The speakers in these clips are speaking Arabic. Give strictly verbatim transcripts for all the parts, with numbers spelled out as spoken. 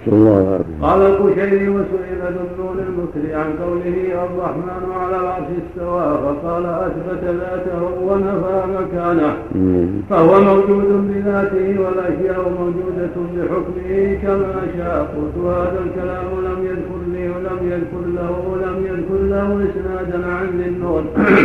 الله. قال القشيري وسئل ذو النون المكري عن قوله الرحمن على العرش استوى فقال أثبت ذاته ونفى مكانه فهو موجود بذاته والأشياء موجودة بحكمه كما شاء. قلت هذا الكلام لم يذكر لي ولم يذكر له ولم يذكر له إسنادا عن ذي النون.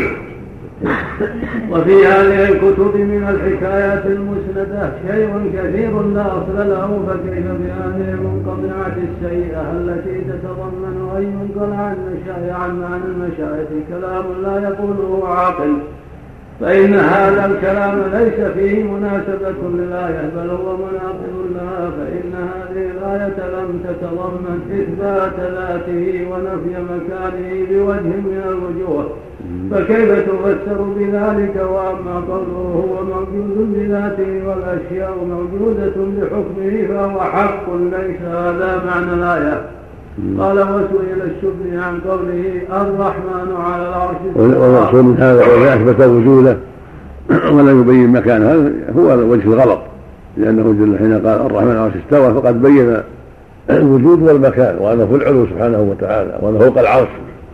وفي هذه الكتب من الحكايات المسندة شيء كثير لا أصل له، فكيف بهذه المنقطعة السيئة التي تتضمن أن ينقل عن المشايخ عن معنى المشايخ كلام لا يقوله عاقل، فإن هذا الكلام ليس فيه مناسبة للآية بل هو مناقض لها، فإن هذه الآية لم تتضمن إثبات ذاته ونفي مكانه بوجه من الوجوه، فكيف تفسر بذلك؟ وأما قوله هو موجود بذاته والأشياء موجودة بحكمه فهو حق ليس هذا معنى الآية. قال وسئل الشبلي عن قوله الرحمن على العرش والمقصود من هذا وإذا أثبت وجوده ولم يبين مكانه هذا هو وجه الغلط، لأنه جل حين قال الرحمن على العرش استوى فقد بين الوجود والمكان وأنه في العلو سبحانه وتعالى وأنه فوق العرش.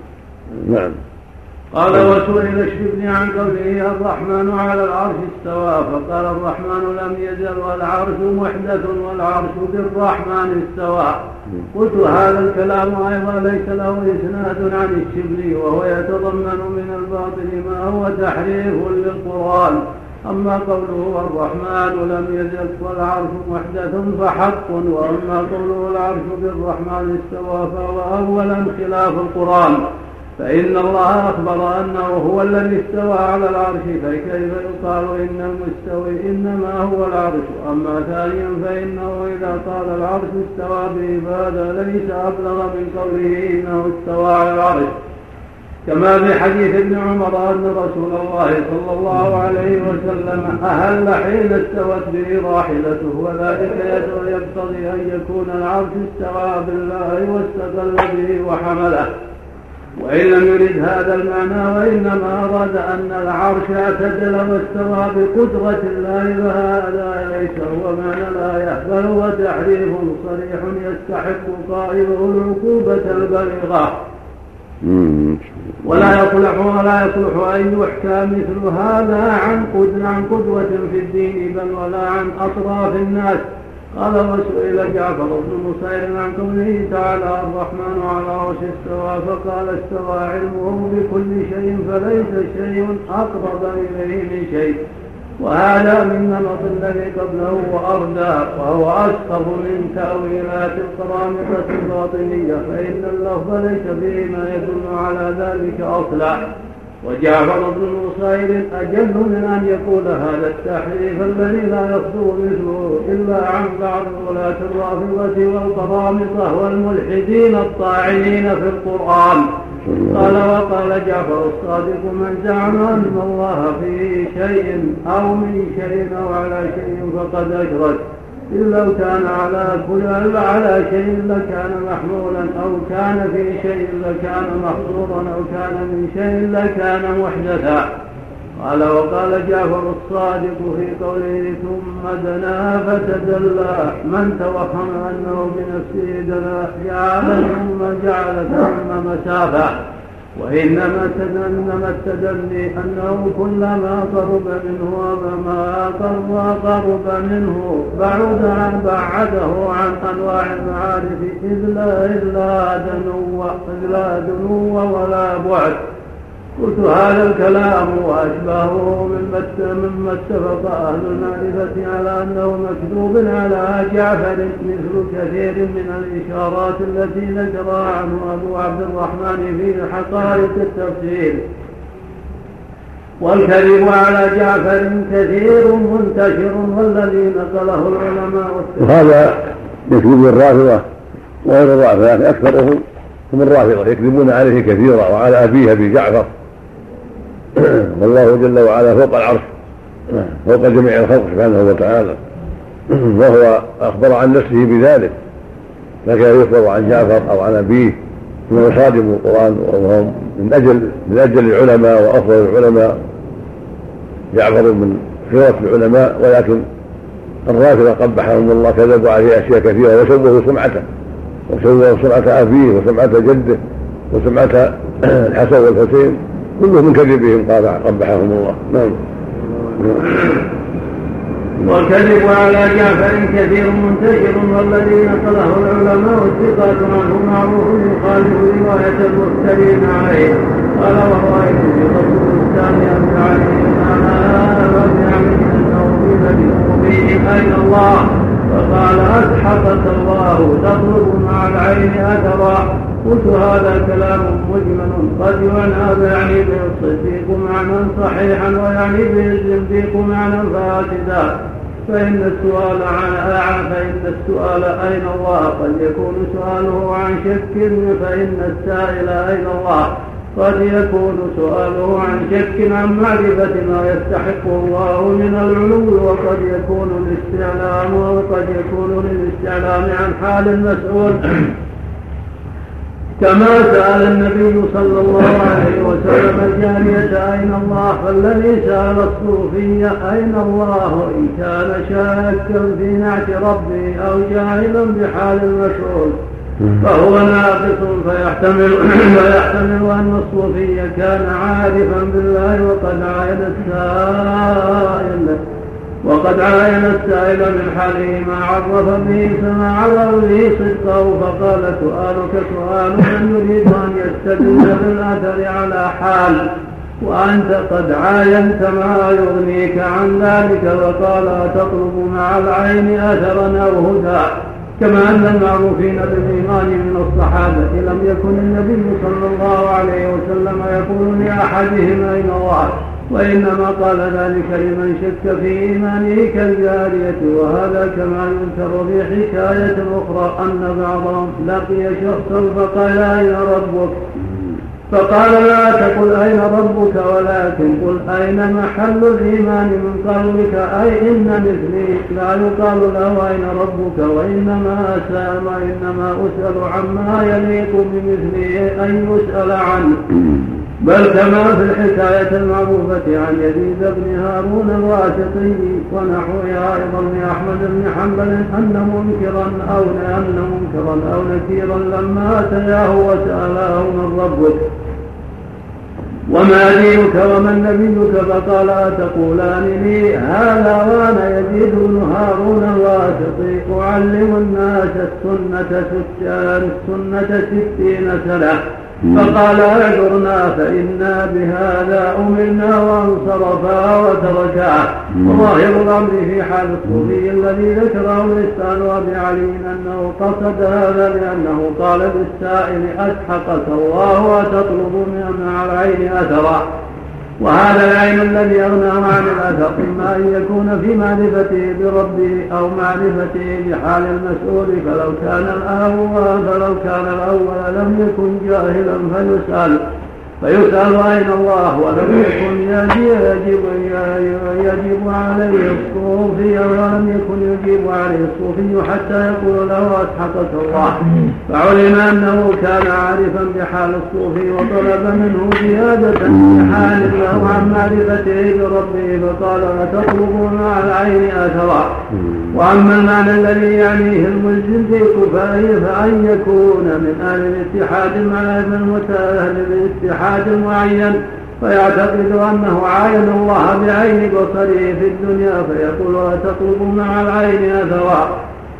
نعم. قال وسئل الشبلي عن قوله الرحمن على العرش استوى فقال الرحمن لم يزل والعرش محدث والعرش بالرحمن استوى. قلت هذا الكلام أيضا ليس له إسناد عن الشبلي وهو يتضمن من الباطل ما هو تحريف للقرآن. أما قوله الرحمن لم يزل والعرش محدث فحق، وأما قوله العرش بالرحمن استوى فهو أولا خلاف القرآن، فإن الله أخبر أنه هو الذي استوى على العرش، فكيف يقال إن المستوي إنما هو العرش؟ أما ثانيا فإنه إذا قال العرش استوى به فهذا ليس أبلغ من قوله إنه استوى على العرش، كما في حديث ابن عمر أن رسول الله صلى الله عليه وسلم أهل حين استوت به راحلته، وذلك يقتضي أن يكون العرش استوى بالله واستقل به وحمله، وإن لم يرد هذا المعنى وإنما أراد أن العرش اعتدل واستوى بقدرة الله فهذا ليس هو معنى الآية بل هو تحريف صريح يستحق قائله العقوبة البليغة، ولا يصلح ولا يصلح أن يحكى مثل هذا عن قدرة عن قدوة في الدين بل ولا عن أطراف الناس. قال وسئل جعفر بن نصير عن قوله تعالى الرحمن على العرش استوى فقال استوى علمه بكل شيء فليس شيء أقرب إليه من شيء، وهذا من نمط الذي قبله وأردى وهو أسقط من تأويلات القرامطة الباطنية، فإن اللفظ ليس فيه ما يدل على ذلك أصلا. وجعفر بن نصير أجل من أن يقول هذا التحريف الذي لا يصدر مثله إلا عن بعض ولاة الرافضة والقرامطة والملحدين الطاعنين في القرآن. قال وقال جعفر الصادق من زعم أن الله في شيء أو من شيء أو على شيء فقد أشرك، إن لو كان على كل على شيء لكان محمولا أو كان في شيء لكان محظورا أو كان من شيء لكان محدثا. قال وقال جعفر الصادق في قوله ثم دنا فتدلى من توهم أنه بنفسه دنا جعل ثم جعل ثم مسافة، وإنما التدني أنه كلما قرب منه وما قرب منه بعد بعده عن أنواع المعارف إذ لا دنو ولا بعد. قلت هذا الكلام وأشباهه مما اتفق أهل المعرفة على أنه مكذوب على جعفر مثل كثير من الإشارات التي ذكرها عنه أبو عبد الرحمن في حقائق التفسير، والكذب على جعفر كثير منتشر والذي نقله العلماء. وهذا يكذب الرافضة وغير الرافضة لكن أكثرهم هم الرافضة يكذبون عليه كثيرا وعلى أبيه أبي جعفر، والله جل وعلا فوق العرش فوق جميع الخلق سبحانه وتعالى، وهو أخبر عن نفسه بذلك، لكن يخبر عن جعفر أو عن أبيه ثم يصادم القرآن وهم من أجل من أجل العلماء وأفضل العلماء. جعفر من خيرة العلماء ولكن الرافضة قبحهم الله كذبوا عليه أشياء كثيرة وسووا سمعته وسووا سمعة أبيه وسمعة جده وسمعة الحسن والحسين كله من كذبهم قبحهم الله. نعم. والكذب على جعفر كثير منتشر والذي نقله العلماء الثقات عنه معروف يخالف رواية المفترين عليه. قال ورأيت في رسول الثاني أن عليه أن يعمل أنه بنبي أين الله فقال أسحقك الله تطلب مع العين أثرا. قلت هذا كلام مجمل قد يعنى يعني به الصديق معنى صحيحا ويعني به الزنديق معنى فاسدا. فإن السؤال عن فإن السؤال أين الله قد يكون سؤاله عن شك فإن السائل أين الله قد يكون سؤاله عن شك عن معرفة ما يستحقه الله من العلو وقد يكون الاستعلام وقد يكون للاستعلام عن حال المسؤول كما سأل النبي صلى الله عليه وسلم الجارية أين الله فالذي سأل الصوفية أين الله إن كان شاكا في نعت ربه أو جاهلا بحال المشغول فهو ناقص فيحتمل, فيحتمل أن الصوفي كان عارفا بالله وقد عاين السائل وقد عاين السائل من حاله ما عرف به ما عرف به صدقه فقال سؤالك سؤال من يريد أن يستدل بالأثر على حال وأنت قد عاينت ما يغنيك عن ذلك وقال أتطلب مع العين أثرا أو هدى. كما أن المعروفين بالإيمان من الصحابة لم يكن النبي صلى الله عليه وسلم يقول لأحدهم أين الله وإنما قال ذلك لمن شك في إيمانه كالجارية. وهذا كما ينكر في حكاية أخرى أن بعضهم لقي شخصا فقال أين ربك فقال لا تقل أين ربك ولكن قل أين محل الإيمان من قلبك أي إن مثلي لا يقال له أين ربك وإنما أسأل وإنما أسأل عما يليق بمثلي أن يسأل عنه. بل كما في الحكاية المعروفة عن يزيد بن هارون الواسطي ونحوها أيضا لأحمد بن حنبل أن منكرا أو أن منكرا أو نكيرا لما أتياه وسأله من ربك وما دينك ومن نبيك فقال أتقولان لي هذا وأنا يزيد بن هارون الواسطي أعلم الناس السنة السنة ستين سنة فقال اعذرنا فإنا بهذا أمرنا وانصرفا وتركا. وظاهر الأمر في حال الصوفي الذي ذكره الإسلام وأبي علي أنه قصد هذا لأنه قال للسائل أسحقك الله وتطلب مع العين أثرا. وهذا العين الذي أغناه عن الأثر إما أن يكون في معرفته بربه أو معرفته بحال المسؤول فلو كان الأول فلو كان الأول لم يكن جاهلا فيسأل فيسأل أين الله ولم يكن يجب, يجب عليه الصوفي ولم يكن يجيب عليه الصوفي حتى يقول له أسحقك الله فعلم أنه كان عارفا بحال الصوفي وطلب منه زيادة بحال له عن معرفته بربه فقال أتطلب مع العين أثرا. وأما المعنى الذي يعنيه المزنديق فأن يكون من أهل الاتحاد مع المتأهل بالاتحاد معين فيعتقد أنه عاين الله بعين بصره في الدنيا فيقول أتطلب مع العين أثرا.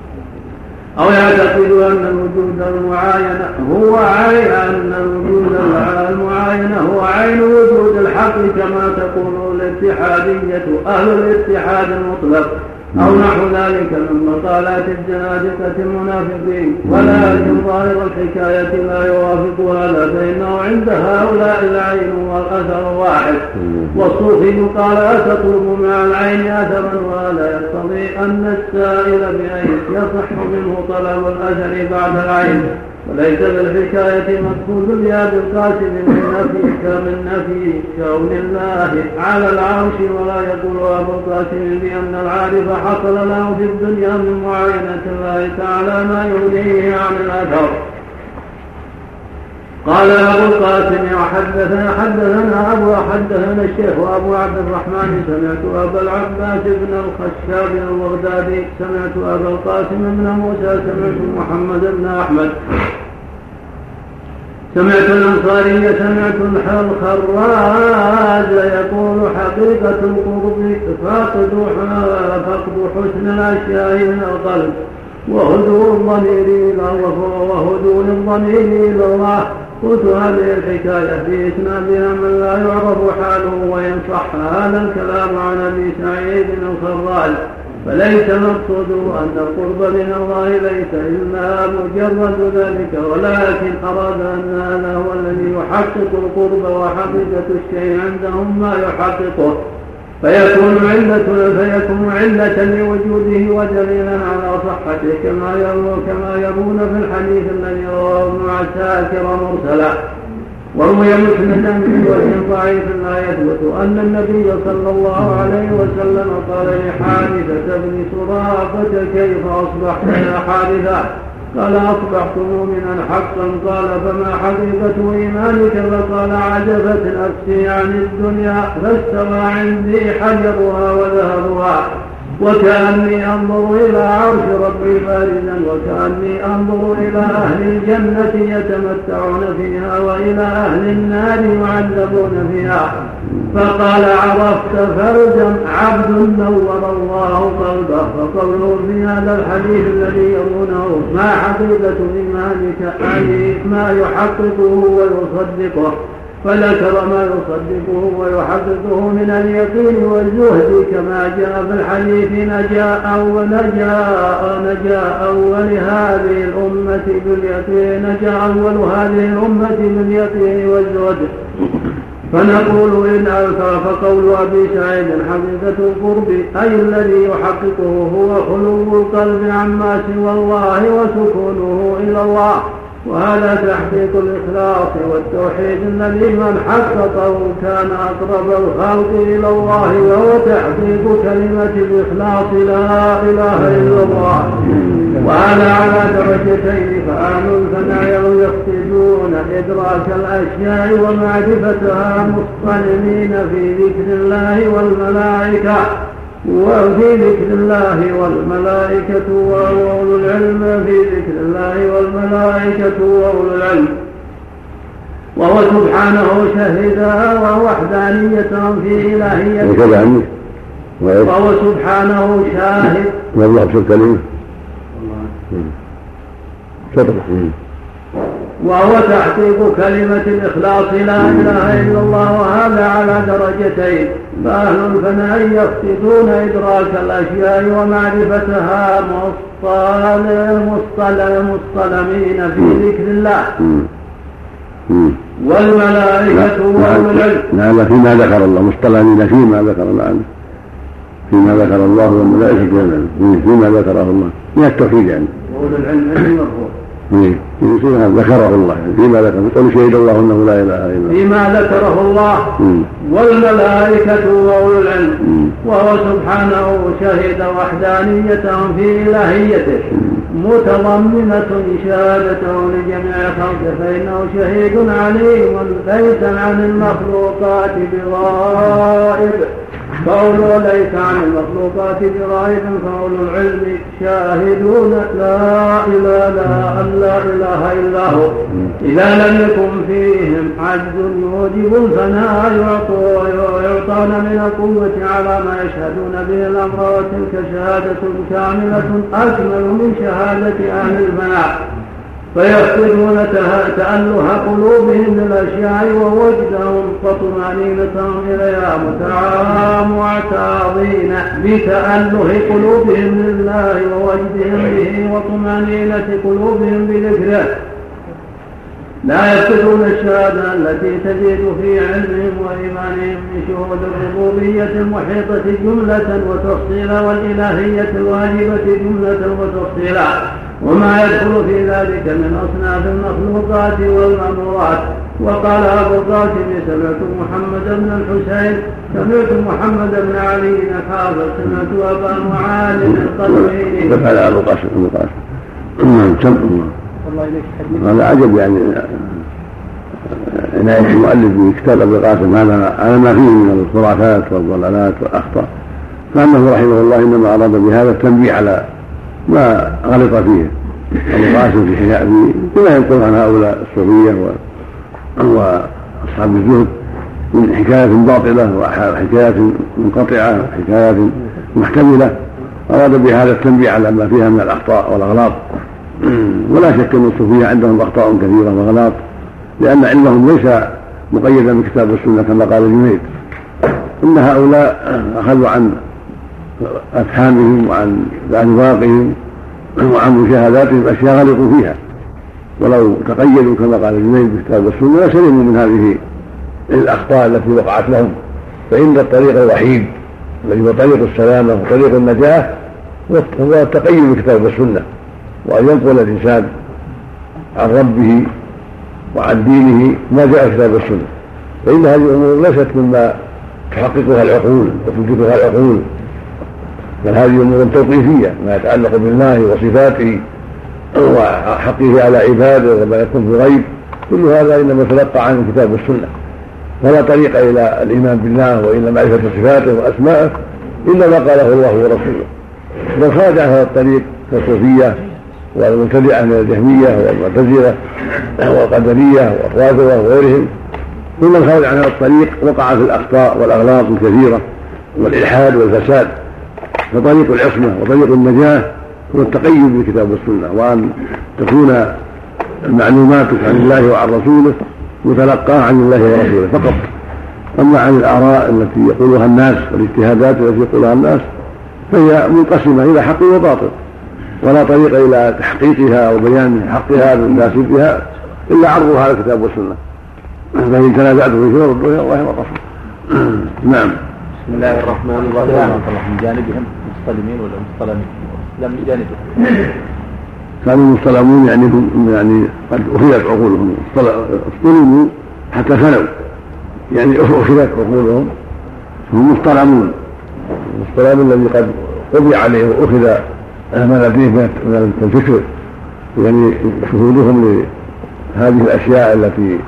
أو يعتقد أن الوجود المعاين هو عين أن الوجود المعاين هو عين وجود الحق كما تقول الاتحادية أهل الاتحاد المطلق أو نحو ذلك من مقالات الزنادقة المنافقين. ولكن ظاهر الحكاية لا يوافق هذا فإنه عند هؤلاء العين والأثر واحد والصوفي قال أتطلب مع العين أثرا ولا يقتضي أن السائل بعين يصح منه طلب الأثر بعد العين. وليس بالحكاية مقصود لأبي القاسم من نفي كمن نفي كون الله على العرش ولا يقول أبو القاسم بأن العارف حصل له في الدنيا من معاينة الله تعالى ما يغنيه عن الأثر. قال أبو القاسم وحدثنا حدثنا أبو حدثنا الشيخ وأبو عبد الرحمن سمعت أبا العباس بن الخشاب البغدادي سمعت أبا القاسم بن موسى سمعت محمد بن أحمد سمعت الأنصاري سمعت الخراج يقول حقيقة القرب فقد حسن الأشياء من القلب وهدوء الضمير إلى الله وهدوء الضمير إلى الله. قلت هذه الحكاية في إسنادها من لا يعرف حاله وإن صح هذا الكلام عن أبي سعيد الخراج فليس مقصود أن القرب من الله ليس إلا مجرد ذلك ولكن أراد أن هذا هو الذي يحقق القرب وحقيقة الشيء عندهم ما يحققه فيكون علة فيكون علة لوجوده ودليلا على صحته كما يرون كما يرون في الحديث الذي رواه ابن عساكر مرسلا. وروي مسندا من وجه ضعيف لا يثبت أن النبي صلى الله عليه وسلم قال لحارثة بن سراقة كيف أصبحت يا حارثة؟ قال أصبحت مؤمنا حقا. قال فما حقيقة إيمانك؟ فقال عجبت نفسي عن الدنيا فاستوى عندي حجرها وذهبها وكأني أنظر إلى عرش ربي بارزا وكأني أنظر إلى أهل الجنة يتمتعون فيها وإلى أهل النار يعذبون فيها. فقال عرفت فرجا عبد نور الله قلبه. فقوله في هذا الحديث الذي يرونه ما حقيقة إيمانك أي ما يحققه ويصدقه فذكر ما يصدقه ويحققه من اليقين والزهد كما جاء في الحديث نجاء ونجاء نجاء أول هذه الأمة باليقين نجاء أول هذه الأمة باليقين والزهد. فنقول إن ألفى فقول أبي سعيد حقيقة القرب أي الذي يحققه هو خلو القلب عما سوى الله وسكونه إلى الله وهذا تحقيق الإخلاص والتوحيد الذي من حققه كان أقرب الخلق إلى الله وهو تحقيق كلمة الإخلاص لا إله إلا الله. وهذا على درجتين فأهل الفناء يقصدون إدراك الأشياء ومعرفتها مصطلمين في ذكر الله والملائكة وفي ذكر الله والملائكة وأولو العلم في ذكر الله والملائكة وأولو العلم وهو سبحانه شهدا ووحدانية في إلهيته وهو سبحانه شاهد والله بسكلمه وهو تحقيق كلمة الإخلاص لا إله إلا الله وهذا على درجتين فأهل الفناء يقصدون إدراك الأشياء ومعرفتها مصطلمين في ذكر الله والملائكة والعلم. لا فيما ذكر الله مصطلمين فيما ذكر الله فيما ذكر الله والملائكة والعلم فيما ذكره الله من التوحيد يعني وأولو العلم المرفوع ذكره الله فيما ذكر قل شهد الله انه لا اله الا الله فيما ذكره الله والملائكة وأولو العلم وهو سبحانه شهد وحدانية في إلهيته متضمنة شهادته لجميع خلقه فإنه شهيد عليم ليس عن المخلوقات بغائب فأولو ليس عن المخلوقات بغائب فأولو العلم شاهدون لا إله لا إله إلا هو إذا لم يكن فيهم عجز يوجب الفناء يعطون من القوة على ما يشهدون به الأمر وتلك شهادة كاملة أكمل من شهادة أهل الفناء فيفقدون تأله قلوبهم للأشياء ووجدهم وطمأنينتهم إليها معتاضين بتأله قلوبهم لله ووجدهم به وطمأنينة قلوبهم بذكره لا يفقدون الشهادة التي تزيد في علمهم وإيمانهم من شهود الربوبية المحيطة جملة وتفصيلا والإلهية الواجبة جملة وتفصيلا وما يدخل في ذلك من أصناف المخلوقات والمأمورات. وقال أبو القاسم سمعت محمد بن الحسين سمعت محمد بن علي حافظ سمعت أبا معاذ القدويني فقال أبو القاسم أبو القاسم هذا عجب يعني عناية المؤلف بكتاب أبي القاسم هذا على ما فيه من الخرافات والضلالات والأخطاء، فأنه رحمه الله إنما أراد بهذا التنبيه على ما غلط فيه أبو القاسم في حياء كما ينقل عن هؤلاء الصوفية وأصحاب الزهد من حكاية باطلة وحكايات منقطعة وحكايات محتملة، أراد بهذا التنبيه على ما فيها من الأخطاء والأغلاط. ولا شك أن الصوفية عندهم أخطاء كثيرة وأغلاط، لأن علمهم ليس مقيدا بكتاب السنة كما قال الجنيد، إن هؤلاء أخذوا عن أفهامهم وعن أذواقهم وعن مشاهداتهم أشياء غلطوا فيها، ولو تقيدوا كما قال الجنيد بكتاب السنة لسلموا من هذه الأخطاء التي وقعت لهم. فإن الطريق الوحيد الذي هو طريق السلامة وطريق النجاة هو التقيد بكتاب السنة، وأن ينقل الإنسان عن ربه وعن دينه ما جاء كتاب السنة، فإن هذه الأمور ليست مما تحققها العقول وتوجدها العقول، بل هذه أمور توقيفية ما يتعلق بالله وصفاته وحقه على عباده وما يكون في الغيب، كل هذا إنما تلقى عن كتاب السنة، فلا طريق إلى الإيمان بالله وإلى معرفة صفاته وأسمائه إلا ما قاله الله ورسوله. من خرج عن هذا الطريق كالصوفية والمبتدعة من الجهمية والمعتزلة والقدرية والرافضة وغيرهم، كل من خرج عن هذا الطريق وقع في الأخطاء والأغلاط الكثيرة والإلحاد والفساد. فطريق العصمة وطريق النجاة هو التقيد بكتاب السنة، وأن تكون معلوماتك عن الله وعن رسوله متلقاه عن الله ورسوله فقط. أما عن الآراء التي يقولها الناس والاجتهادات التي يقولها الناس فهي منقسمة إلى حق وباطل، ولا طريق إلى تحقيقها وبيان حقها بمناسبها إلا عرضها على الكتاب والسنة. فإن تنازعتم في شيء ردوه إلى الله ورسوله. نعم. بسم الله الرحمن الرحيم. من جانبهم مستلمين ولا مستلمين؟ لا من جانبهم. كانوا مستلمون يعني هم يعني قد أخذت عقولهم، اصطلموا حتى خلوا يعني أخذت عقولهم، هم مستلمون. المستلم الذي قد قضي عليه وأخذ ما لديه من الفكر، يعني شهودهم لهذه الأشياء التي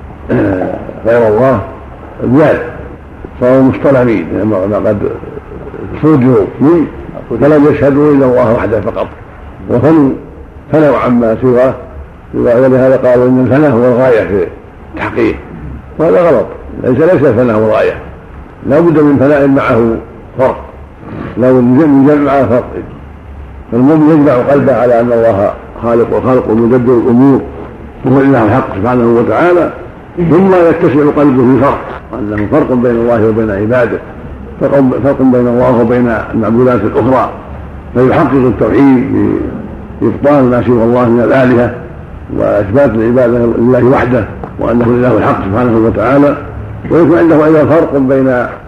غير الله زاد، صاروا مستلمين يعني قد صدروا من فلم يشهدوا إلا الله وحده فقط، وفنوا فنوا عما سواه، ولهذا قالوا إن الفناء هو الغاية في التحقيق، وهذا غلط. ليس ليس الفناء هو الغاية، لا بد من فناء معه فرق، لا بد من جمع معه فرق. فالمؤمن يجمع قلبه على أن الله خالق وخلق ومدبر الأمور وهو الإله الحق سبحانه وتعالى، ثم يتسع قلبه في فرق، أنه فرق بين الله وبين عباده، فرق بين الله وبين المعبودات الأخرى، فيحقق التوحيد بإبطال ما سوى الله من الآلهة وإثبات العبادة لله وحده وأنه الإله الحق سبحانه وتعالى، ويكون عنده أيضا فرق بين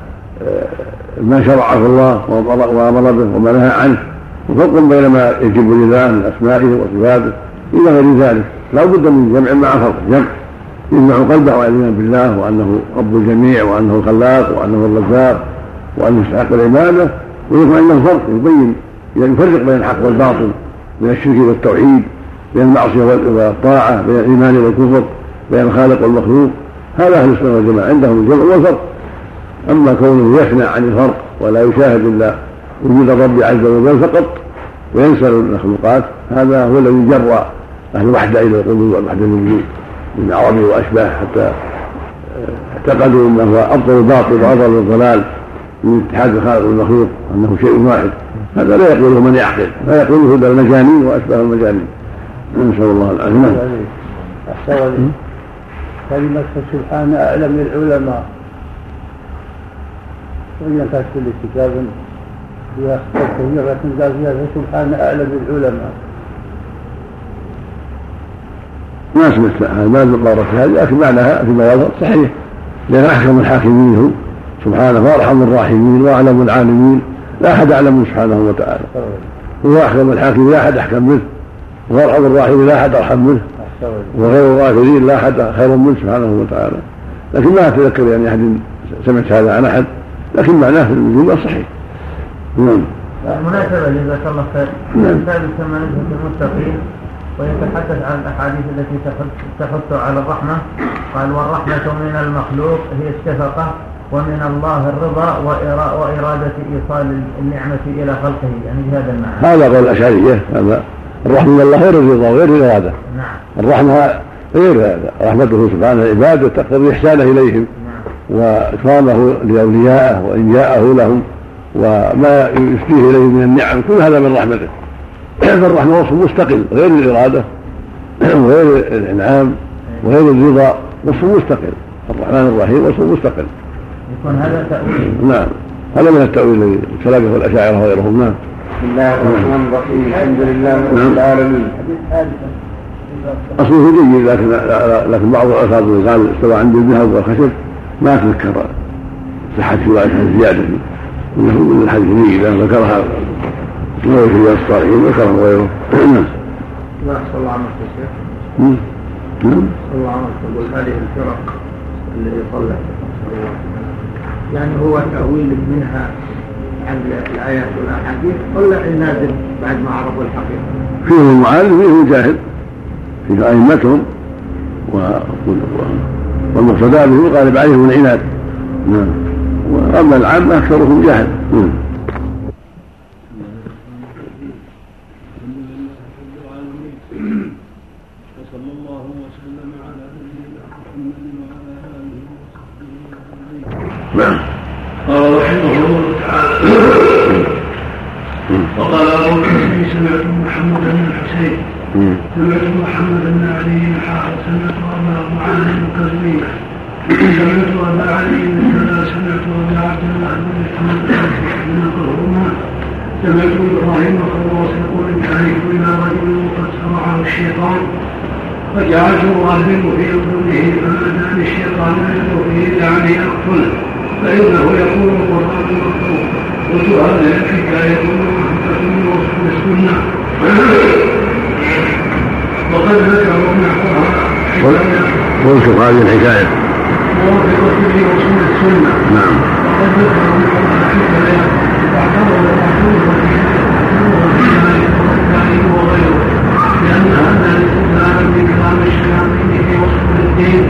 ما شرعه الله وأمر به وما نهى عنه، وفرق بين ما يجب لله من أسمائه وصفاته إلى غير ذلك. لا بد من جمع مع فرق، جمع يجمع قلبه على الإيمان بالله وأنه رب الجميع وأنه الخلاق وأنه الرزاق وأنه يستحق العبادة، ويكون عنده فرق يبين يفرق بين الحق والباطل، بين الشرك والتوحيد، بين المعصية والطاعة، بين الإيمان والكفر، بين الخالق والمخلوق. هذا أهل السنة والجماعة عندهم الجمع والفرق. أما كونه يفنى عن الفرق ولا يشاهد إلا وجود الرب عز وجل فقط وينسى المخلوقات، هذا هو الذي جرى أهل الوحدة إلى القلوب والوحدة الوجود من عربي وأشباه، حتى اعتقدوا أنه أفضل الباطل وأفضل الضلال من اتحاد الخالق والمخلوق، أنه شيء واحد. هذا لا يقوله من يعقل، لا يقوله إلا المجانين وأشباه المجانين. نسأل الله العافية. كلمة سبحان أعلم العلماء، وإن كانت كل كتاب فيها أخطاء كثيرة لكن قال فيها سبحان أعلم العلماء. ما سمعت هذا ما ضرت هذه، لكن معناها فيما يظهر صحيح، لأن أحكم الحاكمين هو سبحانه وأرحم الراحمين وأعلم العالمين، لا أحد أعلم سبحانه وتعالى، هو أحكم الحاكمين لا أحد أحكم منه، وأرحم الراحمين لا أحد أرحم منه، وغير الغافلين لا أحد خير منه سبحانه وتعالى. لكن ما أتذكر يعني أحد سمعت هذا عن أحد، لكن معناه في الجملة صحيح. نعم. مناسبة جزاك الله خير. نعم. ثابت كما نزلت المتقين ويتحدث عن الأحاديث التي تحث على الرحمة. قال والرحمة من المخلوق هي الشفقة، ومن الله الرضا وإرادة إيصال النعمة إلى خلقه، يعني بهذا المعنى. هذا قول الأشعرية، هذا الرحمة من الله غير الرضا وغير الإرادة. نعم. الرحمة غير هذا، رحمته سبحانه عباده تقتضي إحسانه إليهم وإكرامه لأوليائه وإنجاءه لهم وما يسديه إليه من النعم، كل هذا من رحمته. فالرحمة وصف مستقل غير الإرادة وغير الإنعام وغير الرضا، وصف مستقل. الرحمن الرحيم وصف مستقل. يكون هذا تأويل. نعم، هذا من التأويل الذي سلكه الأشاعرة وغيرهم. نعم. بسم الله الرحمن الرحيم. الحمد لله رب العالمين. أصله جيد، لكن لكن بعض الألفاظ قال استوى عند الذهب والخشب ما تذكر صحة رواية الزيادة، إنه من الحديث جيد إذا ذكرها نوع في رياض الصالحين ذكرها غيره. نعم. صلى الله عليه وسلم. نعم. صلى الله عليه وسلم. يقول هذه الفرق اللي يصلح يعني هو تأويل منها عن الآيات والأحاديث ولا النازل بعد ما عرفوا الحقيقة؟ فيهم المعارض فيهم الجاهل، فيه أئمتهم والمقتدى بهم الغالب عليهم العناد. نعم. وأما العامة أكثرهم جهل. نعم. قال رحمه الله تعالى وقال أبو الحسين سمعت محمد بن الحسين سمعت محمد بن علي حافظ سمعت أبا معاذ الكرمية سمعت أبا علي الكلا سمعت أبا عبد الله بن القرمان سمعت إبراهيم الخواص يقول انتهيت إلى رجل قد سرعه الشيطان فجعلته أهبل في أذنه فناداني الشيطان يدعو فيه دعني أقتله فإنه يقول القرآن مخلوق. قلت هذه الحكاية محدثة من وصف السنة وقد ذكروا نحوها قلت هذه الحكاية موافقة لوصف السنة. نعم. وقد ذكروا نحوها حكاية واعتبروا معقولة وغيره لأن هذا الاستدلال بكلام الشياطين في وصف الدين.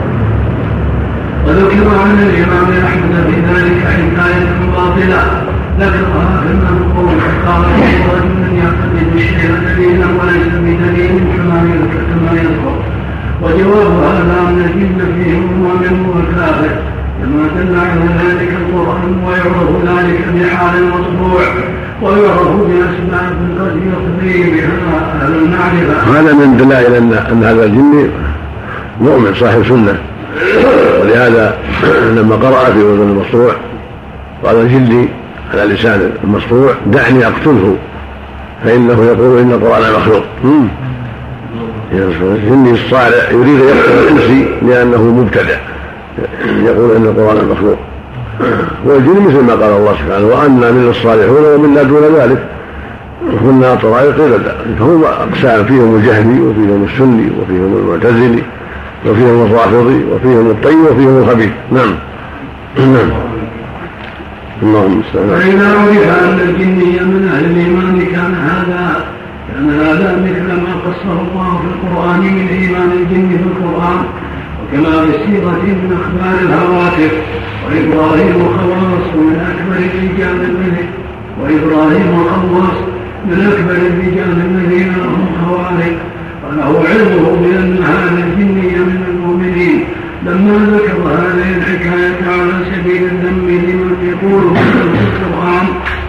وذكر عن الإمام أحمد في ذلك حكاية باطلة ذكرها في المنقول قال رجل يعتقد الشيء دليلا وليس بدليل كما يذكر. وجواب هذا أن الجن فيه المؤمن والكافر كما دل على ذلك القرآن، ويعرف ذلك بحال المطبوع ويعرف بأسباب قد يقضي بها أهل المعرفة. هذا من دلائل أن هذا الجن مؤمن صاحب سنة، ولهذا لما قرأ في أذن المصروع قال الجلي على لسان المصروع دعني أقتله فإنه يقول إن القرآن مخلوق. الجني الصالح يريد يقتل الإنسي لأنه مبتدع يقول إن القرآن مخلوق. والجن مثل ما قال الله سبحانه وأنا من الصالحون ومنا دون ذلك كنا طرائق قددا، فهم أقسام، فيهم الجهمي وفيهم السني وفيهم المعتزلي وفيهم الرافضي وفيهم الطيب وفيهم الخبيث. نعم. نعم. اللهم استعان. فإذا عرف أن الجني من أهل الإيمان كان هذا كان هذا مثل ما قصه الله في القرآن من إيمان الجن في القرآن، وكما بالصيغة من أخبار الهواتف. وإبراهيم خواص من أكبر الرجال الذين وإبراهيم خواص من أكبر الرجال الذين هم خوارق، وله علمه بأن هذا الجني من المؤمنين لما ذكر هذه الحكاية على سبيل الذم لمن يقول في القرآن.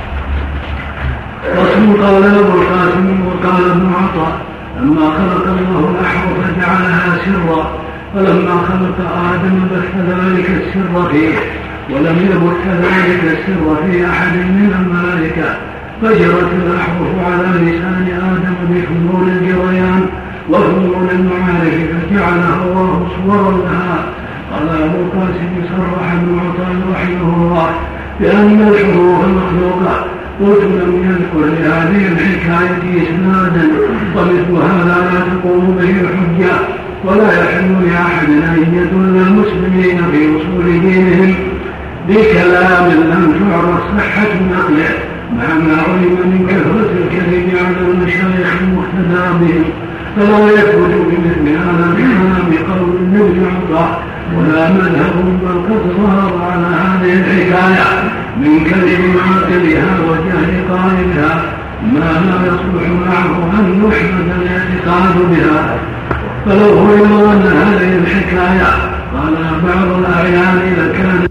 رسول قال أبو القاسم وقال ابن عطاء لما خلق الله الأحرف جعلها سرا، فلما خلق آدم بث ذلك السر فيه، ولم يبث ذلك السر في أحد من الملائكة، فجرت الأحرف على لسان آدم بحضور الجريان وحضور المعارف فجعلها الله صورا لها. قال أبو القاسم صرح ابن عطاء رحمه الله بأن الحروف مخلوقة. قلت لم يذكر لهذه الحكاية إسنادا، ومثل هذا لا تقوم به الحجة، ولا يحل لأحد أن يدل المسلمين في أصول دينهم بكلام لم تعرف صحة نقله، مع ما علم من كثرة الكذب على المشايخ المقتدى بهم فلا يثبت بمثل هذا الكلام قول النبي عطاء ولا مذهب بل قد ظهر على هذه الحكاية من كذب عاقلها وجهل قائلها ما لا يصلح معه أن يحمد الاعتقاد بها. فلو هو أن هذه الحكاية قال بعض الأعيان لكان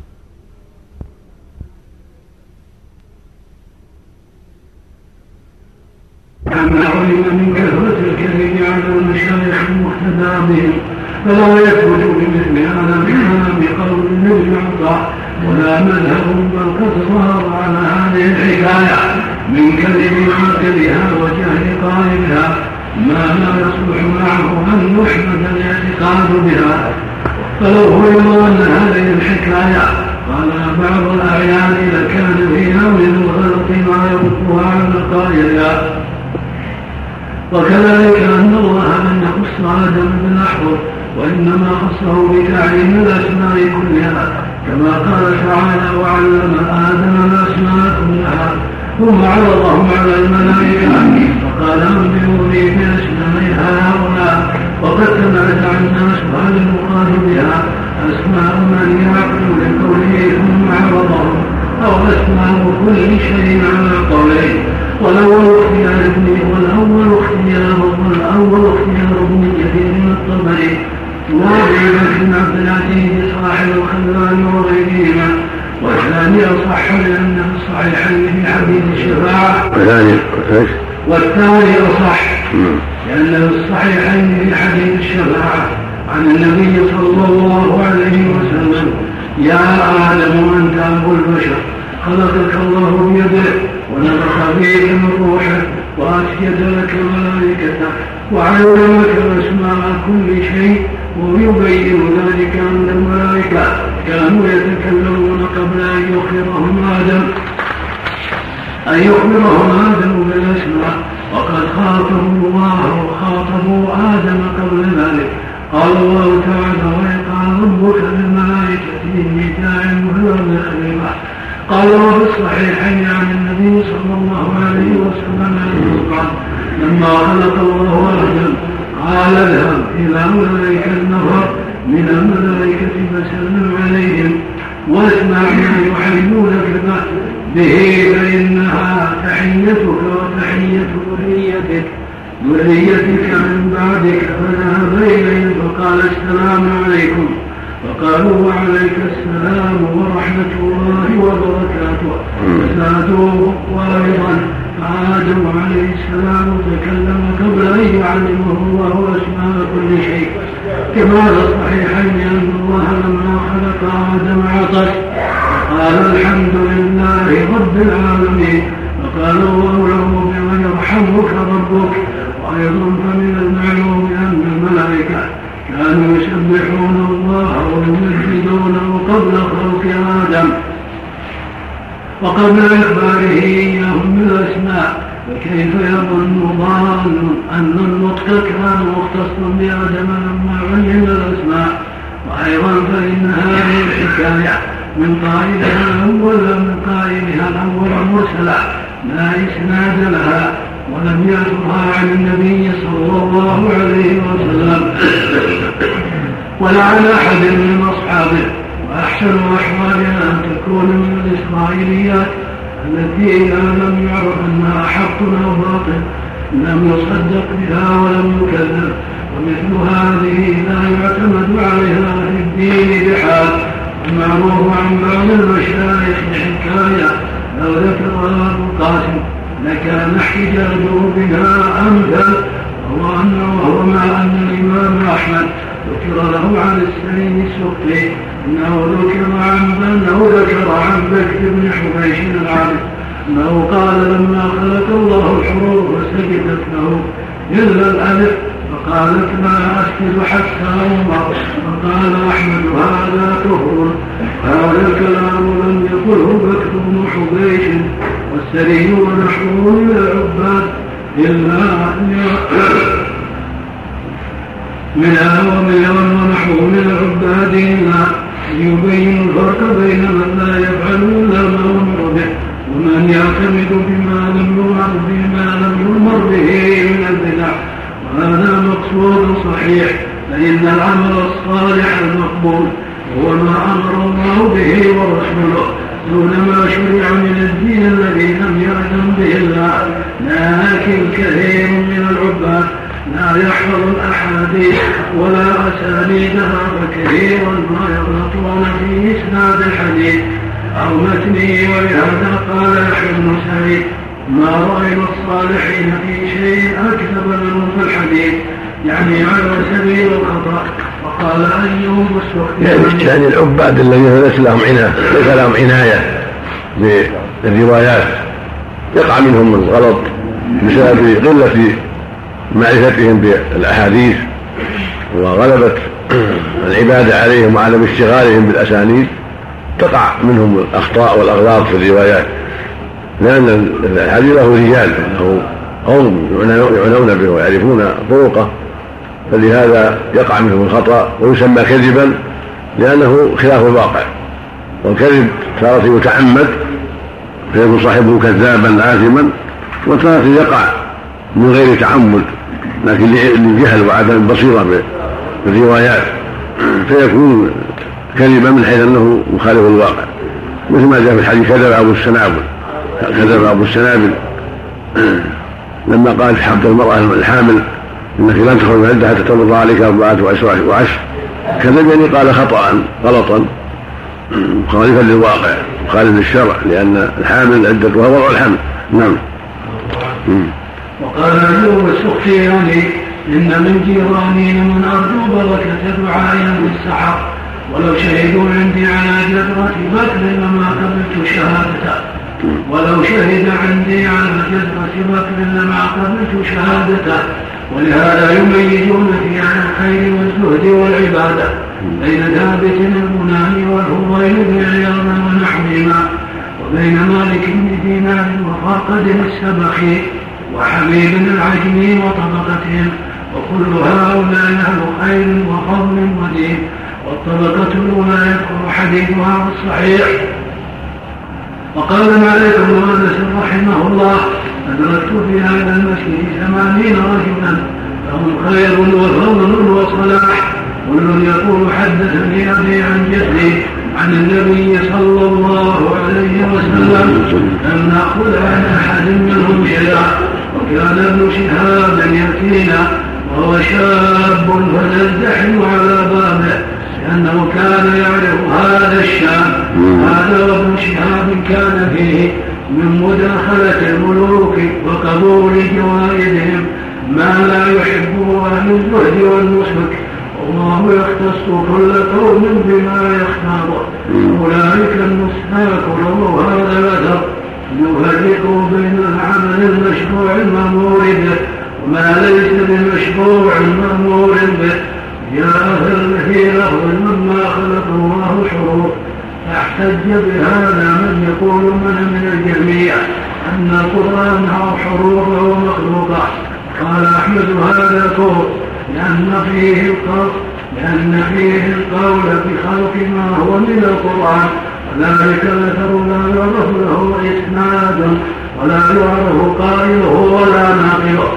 كما علم من كثرة الكذب على المشايخ المقتدى بهم فلا يثبت بمثل هذا الكلام قول النبي عطاء ولا مذهب بل قد ظهر على هذه الحكاية من كذب عاقلها وجهل قائلها ما لا يصلح معه أن يحمد الاعتقاد بها. فلو هو أن هذه الحكاية قال بعض الأعيان لكان فيها من الغلط ما يردها على قائلها. وكذلك أن الله لم يخص آدم بالأحرف وإنما خصه بتعليم الأسماء كلها كما قال تعالى وعلم آدم الأسماء كلها ثم عرضهم على الملائكة فقال أنبئوني بأسماء هؤلاء وقد تبعد الناس هل المراد بها أسماء من يعقل لقوله ثم عرضهم أو أسماء كل شيء على قوله. والأول اختيار ابني والأول اختيار والأول اختيار ابن كثير من الطبري وابي بكر بن عبد العزيز صاحب الخلال وغيرهما والثاني أصح لأنه الصحيحين في حديث الشفاعة والثاني أصح لأنه الصحيحين في حديث الشفاعة عن النبي صلى الله عليه وسلم يا آدم أنت أبو البشر خلقك الله بيده ونفخ فيك من روحه وأسجد لك ملائكته وعلمك أسماء كل شيء ويبين ذلك أن الملائكة كانوا يتكلمون قبل أن يخبرهم آدم أن يخبرهم آدم بالأسماء وقد خاطبوا الله وخاطبوا آدم قبل ذلك. قال الله تعالى وقال ربك للملائكة إني جاعل في الأرض خليفة. قال وفي الصحيحين عن النبي صلى الله عليه وسلم قال لما خلق الله آدم قال اذهب إلى أولئك النفر من الملائكة فسلم عليهم واسمع ما يحيونك به فإنها تحيتك وتحية ذريتك ذريتك من بعدك. فذهب إليهم فقال السلام عليكم فقالوا وعليك السلام ورحمة الله وبركاته فزادوا وأيضا فآدم عليه السلام تكلم قبل أن يعلمه الله أسماء كل شيء كما في الصحيحين أن الله لما خلق آدم عطس قال الحمد لله رب العالمين فقال الله له بمن يرحمك ربك. وأيضا فمن المعلوم أن الملائكة كانوا يسبحون الله ويمجدونه قبل خلق آدم وقبل إخباره إياهم بالأسماء. فكيف يظن ضال أن النطق كان مختصا بآدم لما علم الأسماء. وأيضا فإن هذه الحكاية من قائلها الأول من قائلها الأول مرسلة لا إسناد لها ولم يأتها عن النبي صلى الله عليه وسلم ولا عن أحد من أصحابه. وأحسن أحوالها أن تكون من الإسرائيليات التي إذا لم يعرف أنها حق أو باطل لم يصدق بها ولم يكذب. ومثل هذه لا يعتمد عليها في الدين بحال. المعروف عن بعض المشايخ حكاية لو ذكرها أبو القاسم لكان احتجاجه بها أمثل وهو مع أن الإمام أحمد ذكر له عن السليم السقطي أنه ذكر عن أنه ذكر عن بكر بن حبيش العابد أنه قال لما خلق الله الحروف وسجدت له إلا الألف فقالت ما أسجد حتى أمر. فقال أحمد هذا كفر. هذا الكلام لم يقله بكر بن حبيش والسري ونحوه من العباد إلا منها ومن ونحوه من العباد إلا يبين الفرق بين من لا يفعل إلا ما أمر به ومن يعتمد بما لم يؤمر بما لم يؤمر به من البدع. هذا مقصود صحيح، فإن العمل الصالح المقبول هو ما أمر الله به ورسوله دون ما شرع من الدين الذي لم يأذن به الله. لكن كثير من العباد لا يحفظ الأحاديث ولا أسانيدها، فكثيرا ما يغلطون في إسناد الحديث أو متنه. ولهذا قال يحيى بن سعيد: ما رأينا الصالحين في شيء أكثر منهم في الحديث، يعني على سبيل الخطأ. وقال أيوب السختياني: يعني العباد الذين ليس لهم عناية ليس لهم عناية بالروايات يقع منهم الغلط بسبب قلة معرفتهم بالأحاديث وغلبة العبادة عليهم وعدم اشتغالهم بالأسانيد، تقع منهم الأخطاء والأغلاط في الروايات، لأن الحديث له رجال، له قوم يعنون به ويعرفون طرقه، فلهذا يقع منهم الخطأ ويسمى كذبا لأنه خلاف الواقع. والكذب تارة يتعمد فيكون صاحبه كذابا آثما، وتارة يقع من غير تعمد لكن للجهل وعدم البصيرة بالروايات فيكون كذبا من حيث أنه مخالف الواقع، مثل ما جاء في الحديث: كذب أبو السنابل كذب أبو السنابل لما قالت حبت المرأة الحامل: إنك لن تخرج من عندها حتى تمر عليك أربعة وعشر. كذب يعني قال خطأ غلطا مخالفا للواقع مخالف للشرع، لأن الحامل عدتها وضع الحمل. نعم. وقال أيوب السختياني: إن من جيراني من أرجو بركة دعائهم بالسحر، ولو شهدوا عندي على جذرة بكر لما قبلت شهادته ولو شهد عندي على جذرة بكر لما قبلت شهادته. ولهذا يميزون في عن الخير والزهد والعبادة بين ثابت البناني والفضيل بن عياض ونحوهما، وبين مالك بن دينار وفاقد السبخي وحبيب العجمي وطبقتهم، وكل هؤلاء أهل خير وفضل ودين. والطبقة الأولى يذكر حديثها الصحيح. وقال مالك بن أنس رحمه الله: أدركت في هذا المسجد ثمانين رجلا لهم خير وفضل وصلاح، كل يقول حدثني أبي عن جدي عن النبي صلى الله عليه وسلم، لم نأخذ عن أحد منهم شيئا. وكان ابن شهاب يأتينا وهو شاب فنزدحم على بابه لأنه كان يعرف هذا الشاب. هذا وابن شهاب كان فيه من مداخلة الملوك وقبول جوائزهم ما لا يحبه أهل الزهد والنسك، والله يختص كل قوم بما يختاره. أولئك النساك رووا هذا الأثر يفرقوا بين العمل المشروع المأمور به وما ليس بمشروع مأمور به. جاء في لفظ مما خلق الله حروف، احتج بهذا من يقول من من الجميع أن القرآن أو حروف أو مخلوقات. قال أحمد: هذا كفر، لأن فيه القول لأن فيه القول بخلق ما هو من القرآن، وذلك الأثر لا يعرف له إسناد ولا يعرف قائله ولا ناقله.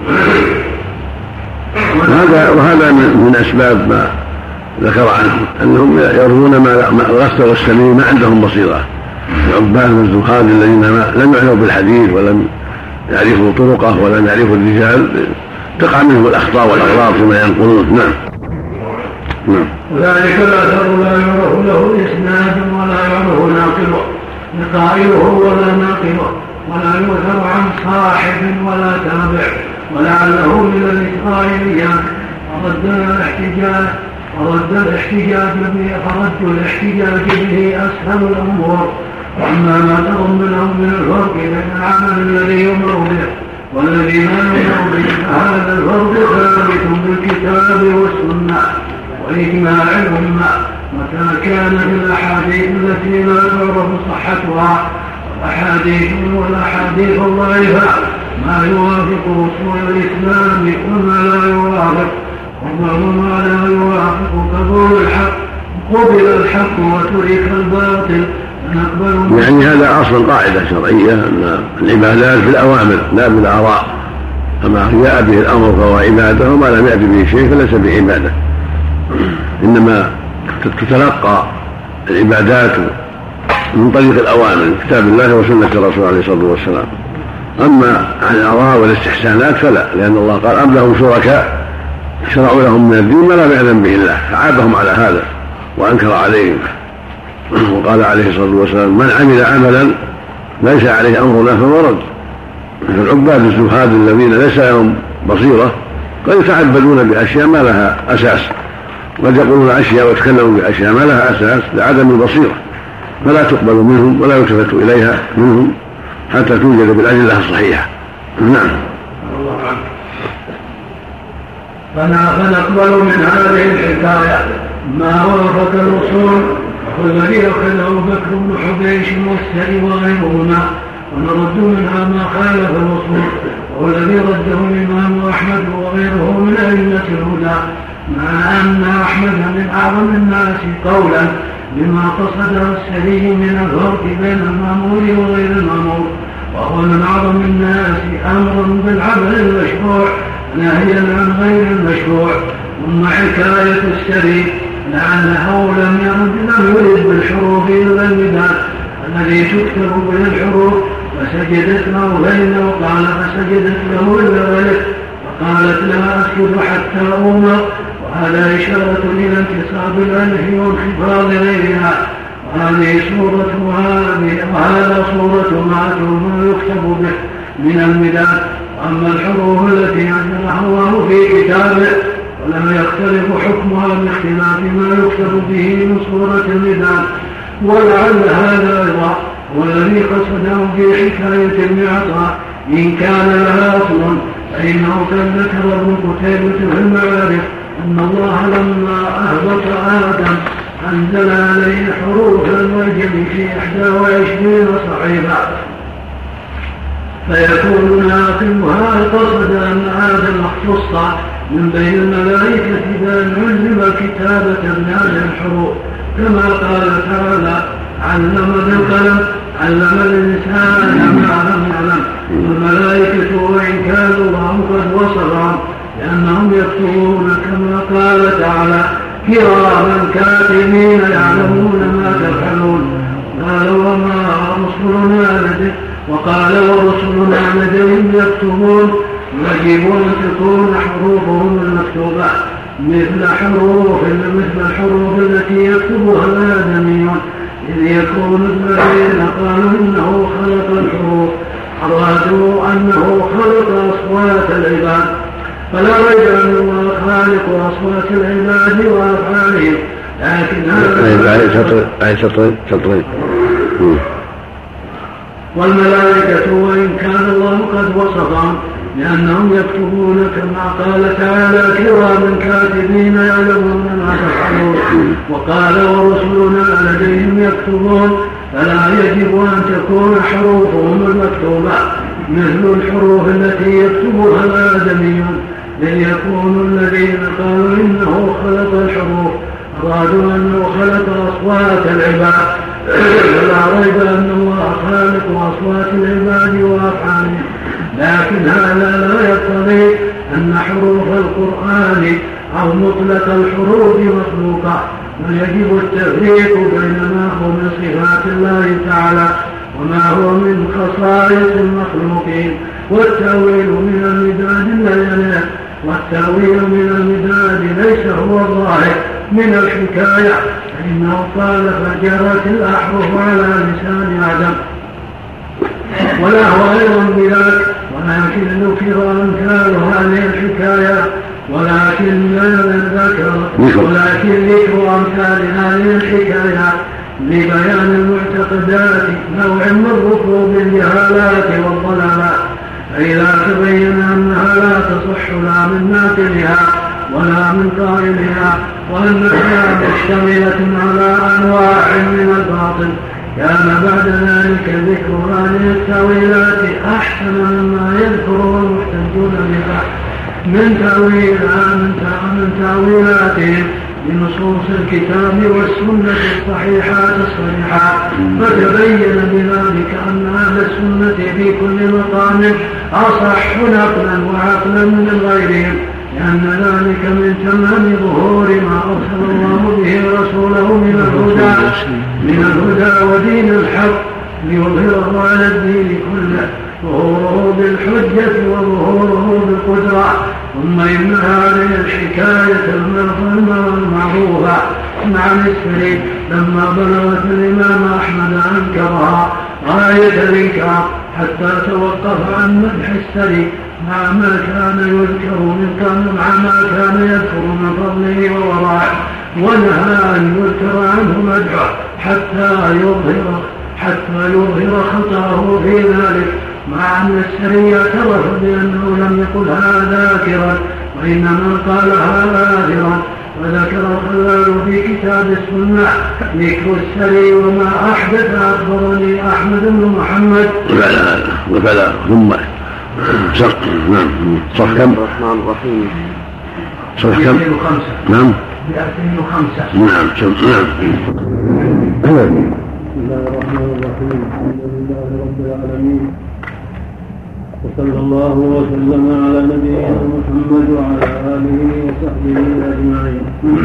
وهذا وهذا من أسباب ما ذكر عنهم أنهم يروون ما الغث والسمين ما عندهم بصيرة. العباد والزهاد الذين لم يعنوا بالحديث ولم يعرفوا طرقه ولم يعرفوا الرجال تقع منهم الأخطاء والأغلاط فيما ينقلون. نعم. نعم. وذلك الأثر لا يعرف له إسناد ولا يعرف ناقله قائله ولا ناقله، ولا يؤثر عن صاحب ولا تابع، ولعله من الإسرائيليات. فرد الاحتجاج فرد الاحتجاج به فرد الاحتجاج به أسهل الأمور. وأما ما تضمنه من الفرق بين العمل الذي يؤمر به والذي لا يؤمر به فهذا الفرق ثابت بالكتاب والسنة وإجماع الأمة، متى كان في الأحاديث التي لا تعرف صحتها والأحاديث والأحاديث الضعيفة ما يوافق أصول الإسلام وما لا يوافق وما لا يوافق قبول الحق قبل الحق وترك الباطل. يعني هذا أصل قاعدة شرعية أن العبادات بالأوامر لا بالآراء، أما جاء به الأمر فهو عبادة، وما لم يأت به شيء فليس بعبادة. إنما تتلقى العبادات من طريق الأوامر من كتاب الله وسنة الرسول عليه الصلاة والسلام. أما عن الآراء والاستحسانات فلا، لأن الله قال أم لهم شركاء شرعوا لهم من الدين ما لم يأذن به الله، فعابهم على هذا وأنكر عليهم. وقال عليه الصلاة والسلام من عمل عملا ليس عليه أمرنا فهو رد. فالعباد الزهاد الذين ليس لهم بصيرة قد يتعبدون بأشياء ما لها أساس، قد يقولون أشياء ويتكلمون بأشياء ما لها أساس لعدم البصيرة، فلا تقبل منهم ولا يلتفت إليها منهم حتى توجد بالأدلة الصحيحة. نعم. فنقبل من هذه الحكاية ما وافق الأصول والذي أخذه بكر بن حبيش والسري وغيرهما، ونرد منها ما خالف الأصول والذي رده الإمام أحمد وغيره من أئمة الهدى، مع أن أحمد من أعظم الناس قولا بما قصده السري من الفرق بين المأمور وغير المأمور، وهو من أعظم الناس أمر بالعمل المشروع نهيا عن غير المشروع. ثم حكاية السري لعله لم يرد بالحروف إلا المداد الذي تكتب به الحروف، فسجدت له غيره وقال فسجدت له إلا غيره، فقالت لا أسجد حتى أمر، وهذا إشارة إلى انتصاب الألف وانخفاض غيرها، وهذه صورتها وهذا صورة ما يكتب به من المداد. أما الحروف التي أنزلها الله في كتابه ولم يختلف حكمها باختلاف ما يكتب به من صورة المداد، ولعل هذا أيضا هو الذي قصده في حكاية ابن عطاء إن كان لها أصل، فإنه كان ذكر ابن قتيبة في المعارف أن الله لما أهبط آدم أنزل عليه حروف الوجل في إحدى وعشرين صحيفة، فيكون ناقلها قصد أن آدم اختص من بين الملائكة بأن علم كتابة بهذه الحروف، كما قال تعالى علم بالقلم علم الإنسان ما لم يعلم. والملائكة وإن كانوا هم قد وصلهم لأنهم يكتبون كما قال تعالى كراما كاتبين يعلمون ما تفعلون. قال وما رسلنا لديهم وقال ورسلنا لديهم يكتبون، يجب أن تكون حروفهم المكتوبة مثل حروف مثل الحروف التي يكتبها الآدميون، إذ يكون الذين قالوا إنه خلق الحروف أرادوا أنه خلق أصوات العباد، فلا ريب أن الله خالق أصوات العباد وأفعالهم، لكن هذا والملائكة وإن كان الله قد وصفهم لأنهم يكتبون كما قال تعالى كراما كاتبين يعلمون ما تفعلون، وقال ورسلنا لديهم يكتبون، فلا يجب أن تكون حروفهم المكتوبة مثل الحروف التي يكتبها الآدميون، بل يكون الذين قالوا إنه خلق الحروف أرادوا أنه خلق أصوات العباد، فلا ريب أن الله خالق أصوات العباد وأفعالهم، لكن هذا لا يقتضي أن حروف القرآن أو مطلق الحروف مخلوقة، بل يجب التفريق بين ما هو من صفات الله تعالى وما هو من خصائص المخلوقين، والتأويل من المداد لا والتأويل من المداد ليس هو الظاهر من الحكاية، فإنه قال فجرت الأحرف على لسان آدم، ولا هو أيضا بذلك، ولكن ذكر أمثال هذه الحكاية ولكن ذكر ولكن ذكر أمثال هذه الحكاية لبيان المعتقدات نوع من ركوب الجهالات والضلالات، فإذا تبين أنها لا تصح لا من ناقلها ولا من قائلها، وأنها مشتملة على أنواع من الباطل، كان بعد ذلك ذكر هذه التأويلات أحسن مما يذكر المحتجون بها من تأويلها من تأويلاتهم بنصوص الكتاب والسنة الصحيحات الصريحات، فتبين بذلك أن أهل السنة في كل مقام أصح نقلا وعقلا من غيرهم، لأن ذلك من تمام ظهور ما أرسل الله به رسوله من الهدى من الهدى ودين الحق ليظهره على الدين كله، ظهوره بالحجة وظهوره بالقدرة. ثم إن هذه الحكاية المعروفة مع الإسرائيل لما بلغت الإمام أحمد أنكرها غاية الإنكار حتى توقف عن مدح السري مع ما كان يذكر من كان مع ما كان يذكر من فضله وورائه، ونهى أن يذكر عنه مدحه حتى يظهر حتى يظهر خطأه في ذلك، مع أن السري اعترف بأنه لم يقلها ذاكرا وإنما قالها آذرا. وذكر الخلال في كتاب السنة ذكر السري وما أحدث أخبرني أحمد بن محمد وكذا ثم صف كم؟ الرحمن الرحيم صف كم؟ نعم بألفين وخمسة. نعم نعم. بسم الله الرحمن الرحيم. الحمد لله رب العالمين، وصلى الله وسلم على نبينا محمد وعلى آله وصحبه أجمعين.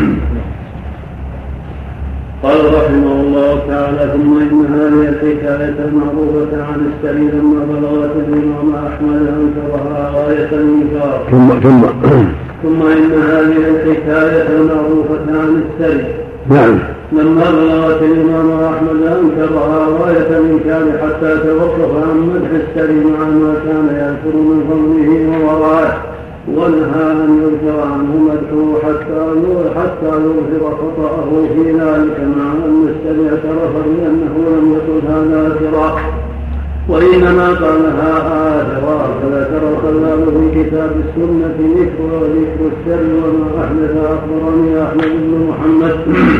قال رحمه الله تعالى: ثم إن هذه الحكاية المعروفة عن السري لما بلغت الإمام أحمد أنكرها غاية الإنكار. ثم ثم ثم إن هذه الحكاية المعروفة عن السري نعم لما بلغت الإمام أحمد أنكرها غاية الإنكار حتى توقف عن مدح السري مع ما كان يذكر من فضله وورائه، ونهى أن يذكر عنه مدحه حتى حتى يظهر خطأه في ذلك، مع أن السري اعترف بأنه لم يقلها ذاكرا وإنما قالها آثرا. فذكر الخلال في كتاب السنة ذكر ذكر السري وما أحدث أخبرني أحمد بن محمد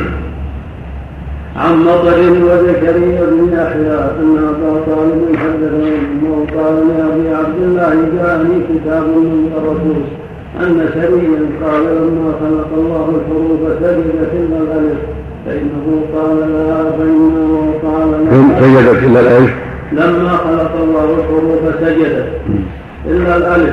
عن مطر وزكريا بن يحيى أن أبا طالب حدثني وقال لأبي عبد الله: جاءني كتاب من الرسول أن سريا قال لما خلق الله الحروف سجدت إلا الألف، فإنه قال لها فإنه قال لها سجدت إلا الألف لما خلق الله الحروف سجدت إلا الألف،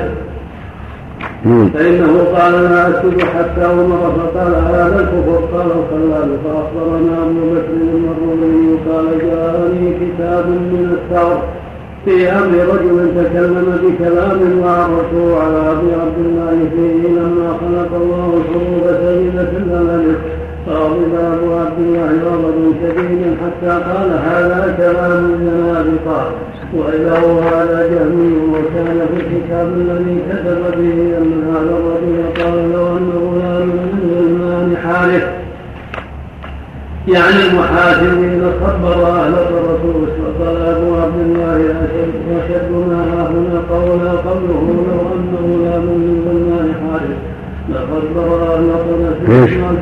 فإنه قال لا أسجد حتى أمر فقال هذا الكفر. قال الخلال: فأخبرنا أبو بكر المروزي قال: جاءني كتاب من الثور في أمر رجل تكلم بكلام وعرضه على أبي عبد الله فيه لما خلق الله الحروف سجدت إلا الألف، فغضب أبو عبد الله غضبا شديدا حتى قال هذا كلام الزنادقة وإله هذا جهمي. وكان في الكتاب الذي كتب به أن هذا الرجل قال لو أنه لا من غلمان حارث يعني المحاسب لخبر أهل الرسول. وقال أبو عبد الله أشد ما هنا قولا قبله لو أنه لا من غلمان حارث لخبر أهل الرسول.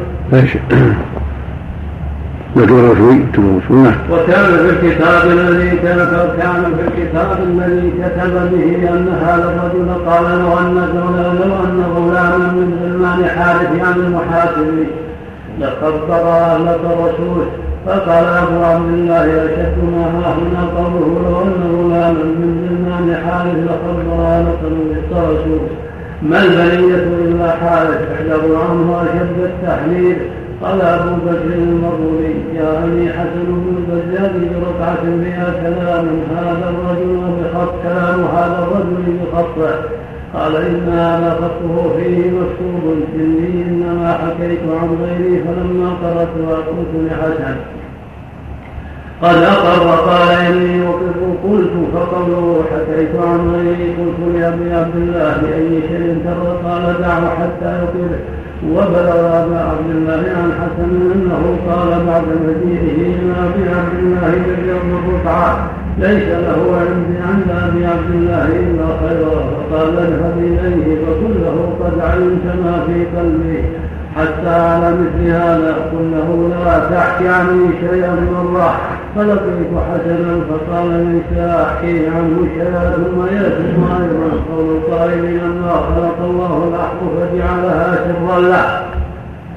وكان في الكتاب الذي كان في الكتاب الذي كتب به أن هذا الرجل قال لو أن غلاما من غلمان حارث يعني المحاسب لخبر أهل الرسول. فقال أبو عبد الله أشد ما هنا قوله لو أن غلاما من غلمان حارث لخبر أهل الرسول. ما البلية إلا حارث احذروا عنه أشد التحذير. قال أبو بكر المروزي: جاءني حسن بن البزاز بركعة فيها كلام هذا الرجل بخط كلام هذا الرجل بخطه. قال: إن هذا خطه فيه مكتوب إني إنما حكيت عن غيري. فلما قرأتها قلت لحسن قد أقر قال إني أقر. قلت فقوله حكيت عن غيري قلت لأبي عبد الله بأي شيء ترى؟ قال دعه حتى يقر. وبلغ أبا عبد الله عن حسن أنه قال بعد مجيئه إلى أبي عبد الله باليوم الركعة ليس له عندي عند أبي عبد الله إلا خيرا. فقال: اذهب إليه فقل له قد علمت ما في قلبي حتى على مثل هذا قل له لا تحكي عني شيئا مرة. فلقيت حسنا فقال: ليس أحكي عنه شيئا. ثم يتم أيضا قول القائل لما خلق الله الأحق فجعلها سرا له.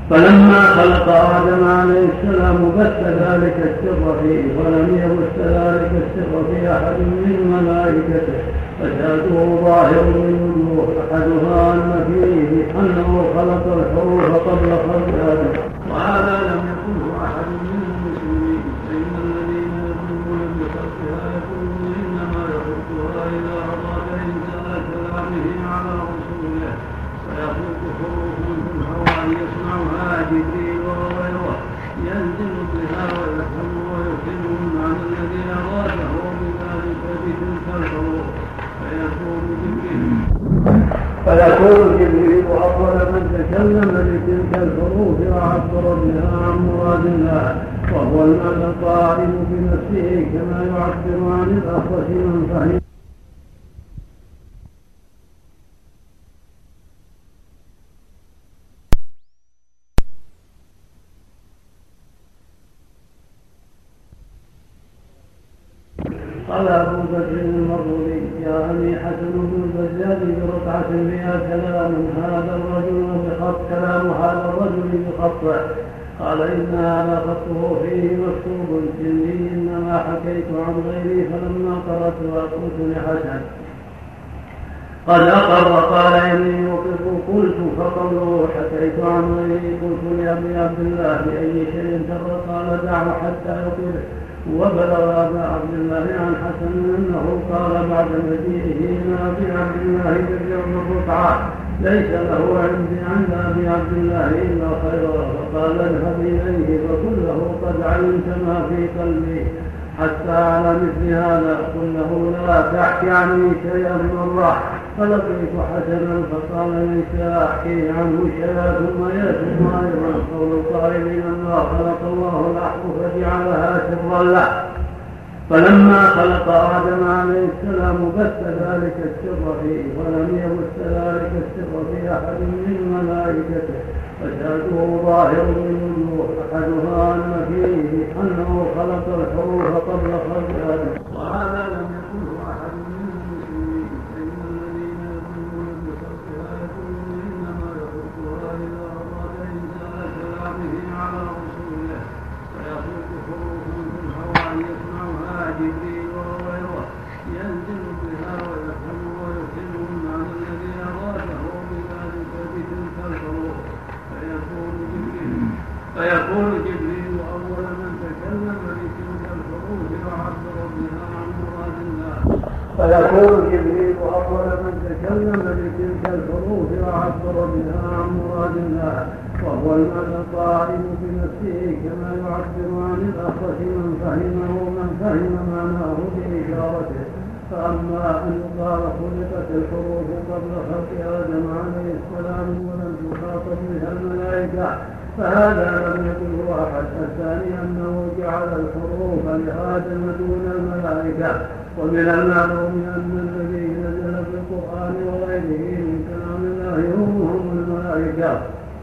فلما خلق آدم عليه السلام بث ذلك السر فيه ولم يبث ذلك السر في أحد من ملائكته فشهاده ظاهر من وجوه أحدها أن فيه أنه خلق الحروف قبل خلق آدم وهذا لم يكنه أحد من المسلمين فإن الذين يظنون بخلقها يقولون إنما يخلقها إذا أراد إنزال كلامه على رسوله فيخلق حروفا في الهواء يسمعها جبريل وغيره ينزل بها ويفهم ويفهمهم عن الذي أراده بذلك بتلك الحروف فيكون جبريل فيكون جبريل أول من تكلم بتلك الحروف وعبر بها عن مراد الله وهو المعنى القائم بنفسه كما يعبر عن الأخرس من فهم. قال أبو بكر المروزي جاءني حسن بن البزاز برقعة فيها كلام هذا الرجل بخط كلام هذا الرجل بخطه قال إن هذا خطه فيه مكتوب إني إنما حكيت عن غيري فلما قرأتها قلت لحسن قد أقر قال إني أقر قلت فقوله حكيت عن غيري قلت لأبي عبد الله بأي شيء تر قال دعه حتى يقر وبلغ أبا عبد الله عن حسن أنه قال بعد مجيئه إن أبي عبد الله باليوم الرقعة ليس له عندي عند أبي عبد الله إلا خيرا فقال اذهب إليه فقل له قد علمت ما في قلبي حتى على مثل هذا قل له لا تحكي عني شيئا مرة فلقيت حسنا فقال ليس أحكي عنه شيئا ثم يتم أيضا قول القائلين ما خلق الله الأحق فجعلها سرا له فلما خلق آدم عليه السلام بث ذلك السر فيه ولم يبث ذلك السر في أحد من ملائكته فشهاده ظاهر من وجوه أحدها أن فيه أنه خلق الحروف قبل خلق آدم وهذا لم يكنه أحد من المسلمين فإن الذين يظنون بخلقها يقولون إنما يخلقها إذا أراد إنزال كلامه على رسوله فيخلق حروفا في الهواء يسمعها جبريل وغيره ينزل بها ويفهم ويفهمهم عن الذي أراده بذلك بتلك الحروف فيكون جبريل فيكون جبريل أول من تكلم بتلك الحروف وعبر بها عن مراد الله فيكون جبريل أول من تكلم بتلك الحروف وعبر بها عن مراد الله وهو المعنى القائم بنفسه كما يعبر عن الأخرس من فهمه من فهم معناه بإشارته فأما أن يقال خلقت الحروف قبل خلق آدم عليه السلام ولم تخاطب بها الملائكة فهذا لم يقله أحد. الثاني أنه جعل الحروف لآدم دون الملائكة ومن المعلوم أن الذي نزل في القرآن وغيره من كلام الله هم الملائكة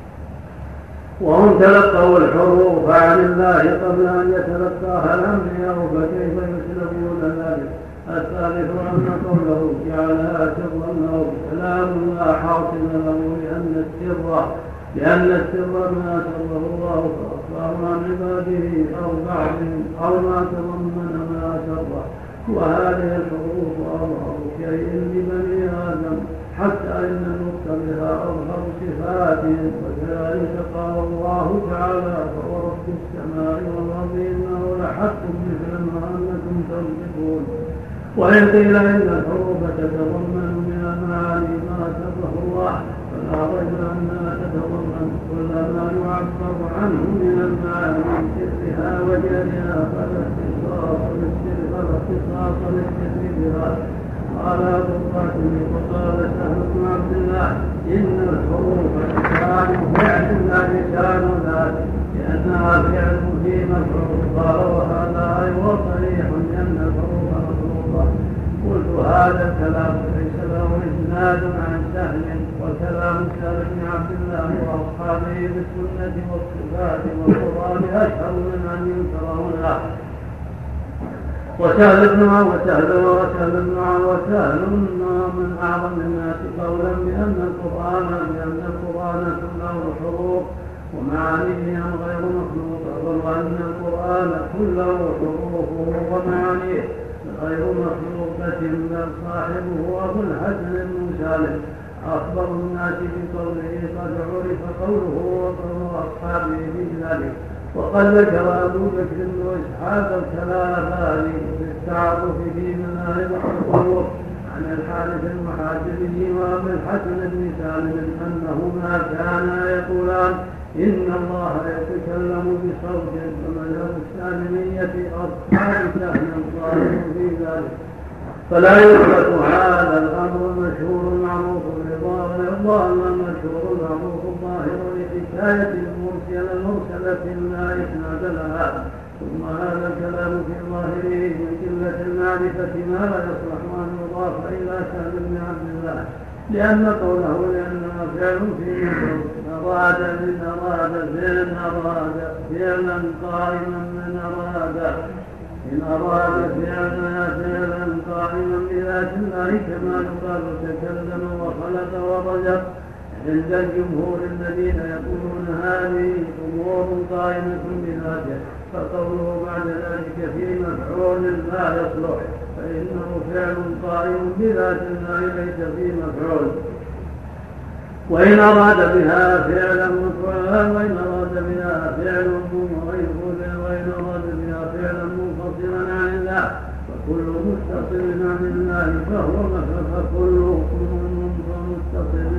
وهم تلقوا الحروف عن الله قبل أن يتلقاها الأنبياء فكيف يسلبون ذلك؟ الثالث أن قوله جعلها سرا له كلام لا حاصل له لأن السر لأن السر ما سره الله فأخبر عن عباده أو بعضهم أو ما تضمن ما سره وهذه الحروف أظهر شيء لبني آدم حتى إن النطق بها أظهر صفاتهم وكذلك قال الله تعالى فورب السماء والأرض إنه لحق مثل ما أنكم تنطقون. وإن قيل إن الحروف تتضمن من المعاني ما سره الله فلا ريب أنها تتضمن كل ما يعبر عنه من المعاني من سرها وجلها فلا اختصاص للسر فلا اختصاص للسر بها. قال أبو القاسم وقال سهل بن عبد الله إن الحروف لسان فعل لا لسان ذات لأنها فعل في مفعول. قال وهذا أيضا صريح لأن الحروف مخلوقة. قلت هذا الكلام ليس له إسناد عن سهل وكلام سهل بن عبد الله وأصحابه بالسنة والصفات والقرآن أشهر من أن ينكر هنا. وسهل بن وسهل وسهل بن وسهل من أعظم الناس قولا بأن القرآن بأن القرآن كله حروف ومعانيه غير مخلوقة، وأن القرآن كله حروفه ومعانيه غير مخلوقة، بل صاحبه أبو الحسن بن سالم أخبر الناس بقوله قد عرف قوله وقول أصحابه بذلك. وقد ذكر أبو بكر بن إسحاق الكلاباني في التعرف في مناهج التصوف عن الحارث المحاسبي وأبي الحسن بن سالم أنهما كانا يقولان إن الله يتكلم بصوت، ومذهب السالمية أصحاب سهل الظاهر في ذلك. فلا يثبت هذا الأمر المشهور المعروف بالظاهر المشهور المعروف الظاهر لحكاية المرسل المرسلة لا إسناد لها. ثم هذا الكلام في ظاهره من قلة المعرفة ما لا يصلح أن يضاف إلى سهل بن عبد الله، لأن قوله لأنها فعل في مفعول أراد من أراد فعلا أراد فعلا قائما من أراد إن أراد فعلا فعلا قائما بذات الله كما يقال تكلم وخلق ورزق عند الجمهور الذين يقولون هذه أمور قائمة بذاته، فقوله بعد ذلك في مفعول لا يصلح، فإنه فعل قائم بذات الله ليس في مفعول. وإن أراد بها فعلا مفعولا وإن أراد بها فعل غير وإن أراد بها فعلا منفصلا عن الله فكل متصل عن الله فهو فكل متصل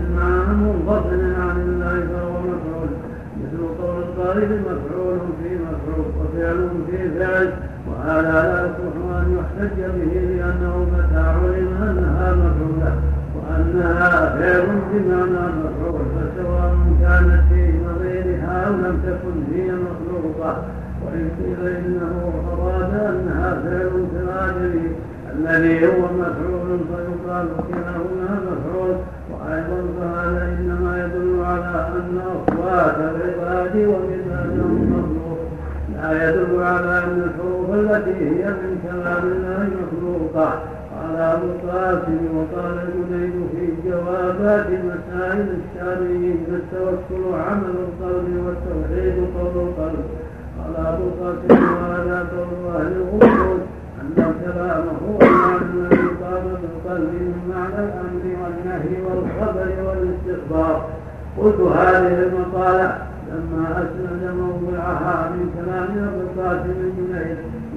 منفصل عن الله فهو مفعول، مثل قول القائل مفعول في مفعول وفعل في فعل، وهذا لا يصح أن يحتج به لأنه متى علم أنها مفعولة وأنها فعل بمعنى مفعول، فسواء كانت في نظيرها أو لم تكن هي مخلوقة. وإن قيل إنه أراد أنها فعل كالآجل الذي هو مفعول فيقال كلاهما مفعول. وأيضا فهذا إنما يدل على أن أصوات العباد ومثالهم مخلوق، لا يدل على أن الحروف التي هي من كلام الله مخلوقة. قال أبو القاسم وقال الجنيد في جوابات مسائل الشاميين التوكل عمل القلب والتوحيد قول القلب. قال أبو القاسم وهذا قول أهل الأصول أن الكلام هو المعنى الذي قام بالقلب من معنى الأمر والنهي والخبر والاستخبار. قلت هذه المقالة لما أسند موضعها من كلام أبو القاسم الجنيد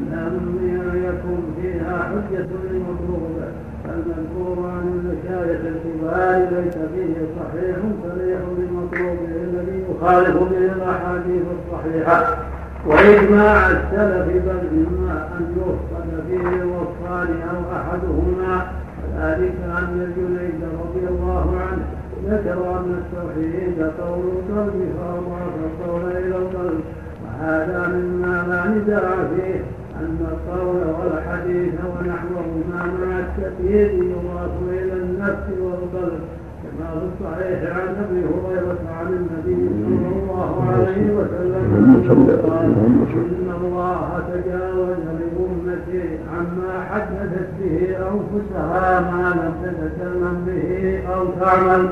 لم يكن فيها حجة للمطلوب، فالمذكور عن المشايخ الكبار ليس فيه صحيح صريح للمطلوب الذي يخالف به الأحاديث الصحيحة وإجماع السلف، بل إما أن يفقد فيه الوصفان أو أحدهما، وذلك أن الجنيد رضي الله عنه ذكر أن التوحيد قول القلب فأضاف القول إلى القلب، وهذا مما لا نزاع فيه أن القول والحديث ونحوهما مع التأكيد يضاف إلى النفس والقلب، كما في الصحيح عن أبي هريرة عن النبي صلى الله عليه وسلم قال إن الله تجاوز لأمتي عما حدثت به أنفسها ما لم تتكلم به أو تعمل.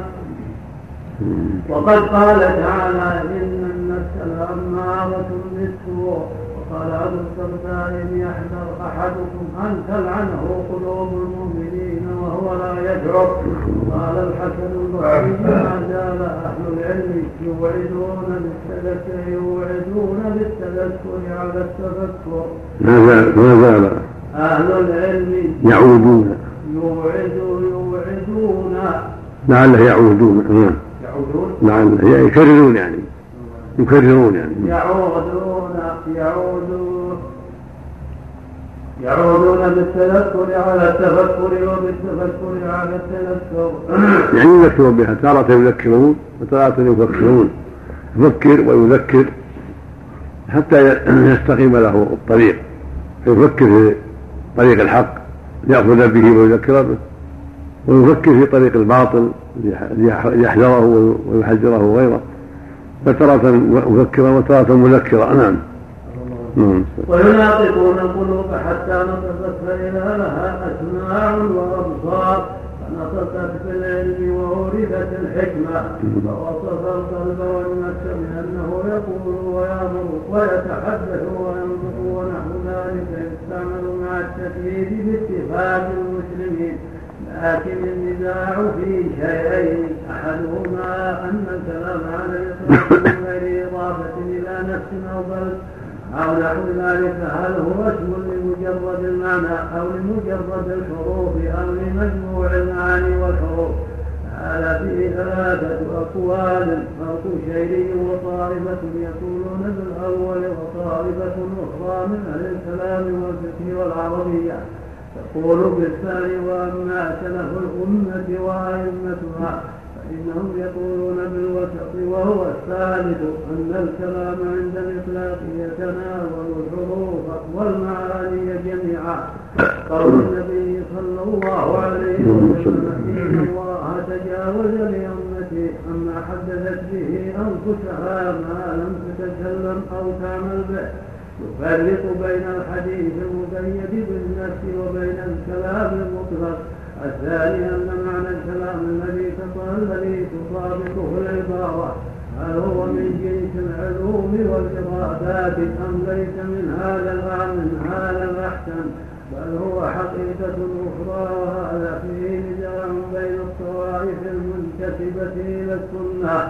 وقد قال تعالى إن النفس لأمارة بالسوء. وقال أبو الدرداء يحذر أحدكم أن تلعنه قلوب المؤمنين وهو لا يشعر. قال الحسن البصري ما زال أهل العلم يوعدون بالتذكر يوعدون بالتذكر على التفكر. ما زال ما زال أهل العلم يعودون يوعدون يوعدون لعله يعودون يعودون لعله يكررون يعني يكررون يعني يعودون يعودون يعودون بالتذكر على التفكر وبالتفكر على التذكر، يعني يذكرون بها، تارة يذكرون وتارة يفكرون، يفكر ويذكر حتى يستقيم له الطريق، فيفكر في طريق الحق ليأخذ به ويذكر به، ويفكر في طريق الباطل ليحذره ويحذره غيره، فترة مفكرة وترة مذكرة. نعم. ويناطقون القلوب حتى نطقت فإذا لها أسماع وأبصار، ونطقت بالعلم وورثت الحكمة، فوصف القلب والنفس بأنه يقول ويأمر ويتحدث وينطق ونحو ذلك يستعمل مع التكليف باتفاق المسلمين. لكن النزاع في شيئين، أحدهما أن الكلام على الإطلاق من غير إضافة إلى نفس أو بلد أو نحو ذلك، هل هو اسم لمجرد المعنى أو لمجرد الحروف أو لمجموع المعاني والحروف؟ هذا فيه ثلاثة أقوال، فالقشيري وطائفة يقولون بالأول وطائفة أخرى من أهل الكلام والفقه والعربية تقول بالثاني. وأما سلف الأمة وأئمتها فإنهم يقولون بالوسط وهو الثالث، أن الكلام عند الإطلاق يتناول الحروف والمعاني جميعا. قول النبي صلى الله عليه وسلم إن الله تجاوز لأمتي أما حدثت به أنفسها ما لم تتكلم أو تعمل به، يفرق بين الحديث المقيد بالنفس وبين الكلام المطلق. الثاني أن معنى الكلام الذي الذي تطابقه العبارة هل هو من جنس العلوم والإرادات أم ليس من هذا الأعم هذا الأحسن، بل هو حقيقة أخرى. وهذا فيه نزاع بين الطوائف المنتسبة إلى السنة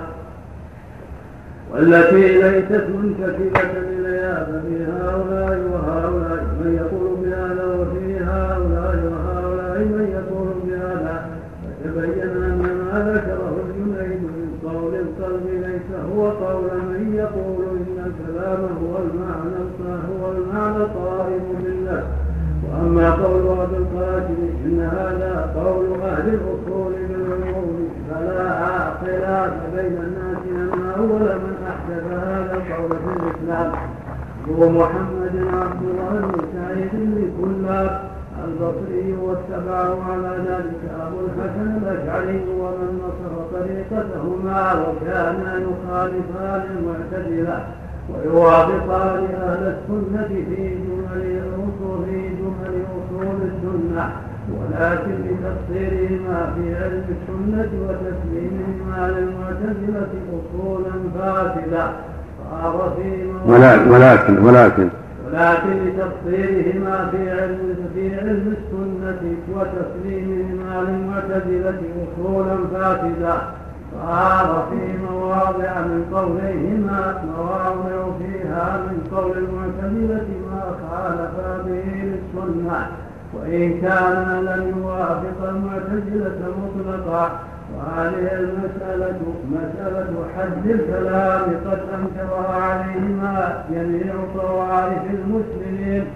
والتي ليست منتسبة إليها، ففي هؤلاء وهؤلاء من يقول بهذا وفي هؤلاء وهؤلاء من يقول بهذا. فتبين أن ما ذكره الجنيد من قول القلب ليس هو قول من يقول إن الكلام هو المعنى هو المعنى القائم بالنفس. وأما قول أبي القاسم إن هذا قول أهل الأصول بالعموم فلا خلاف بين الناس أن أول من أحدث هذا القول في الإسلام هو محمد عبد الله بن سعيد لكلاب البصري، واتبعه على ذلك أبو الحسن الأشعري ومن نصر طريقتهما، وكانا يخالفان المعتزلة ويوافقان أهل السنة في جمل الأصول في جمل أصول السنة، ولكن لتقصيرهما في علم السنة وتسليمهما للمعتزلة أصولا فاسدة صار ولكن ولكن ولكن ولكن لتقصيرهما في علم في علم السنة وتسليمهما للمعتزلة أصولا فاسدة صار في مواضع من قوليهما مواضع فيها من قول المعتزلة ما خالف به للسنة، وإن كان لم يوافق المعتزلة مطلقا. وهذه المسألة مسألة حد الكلام قد أنكرها عليهما جميع طوائف المسلمين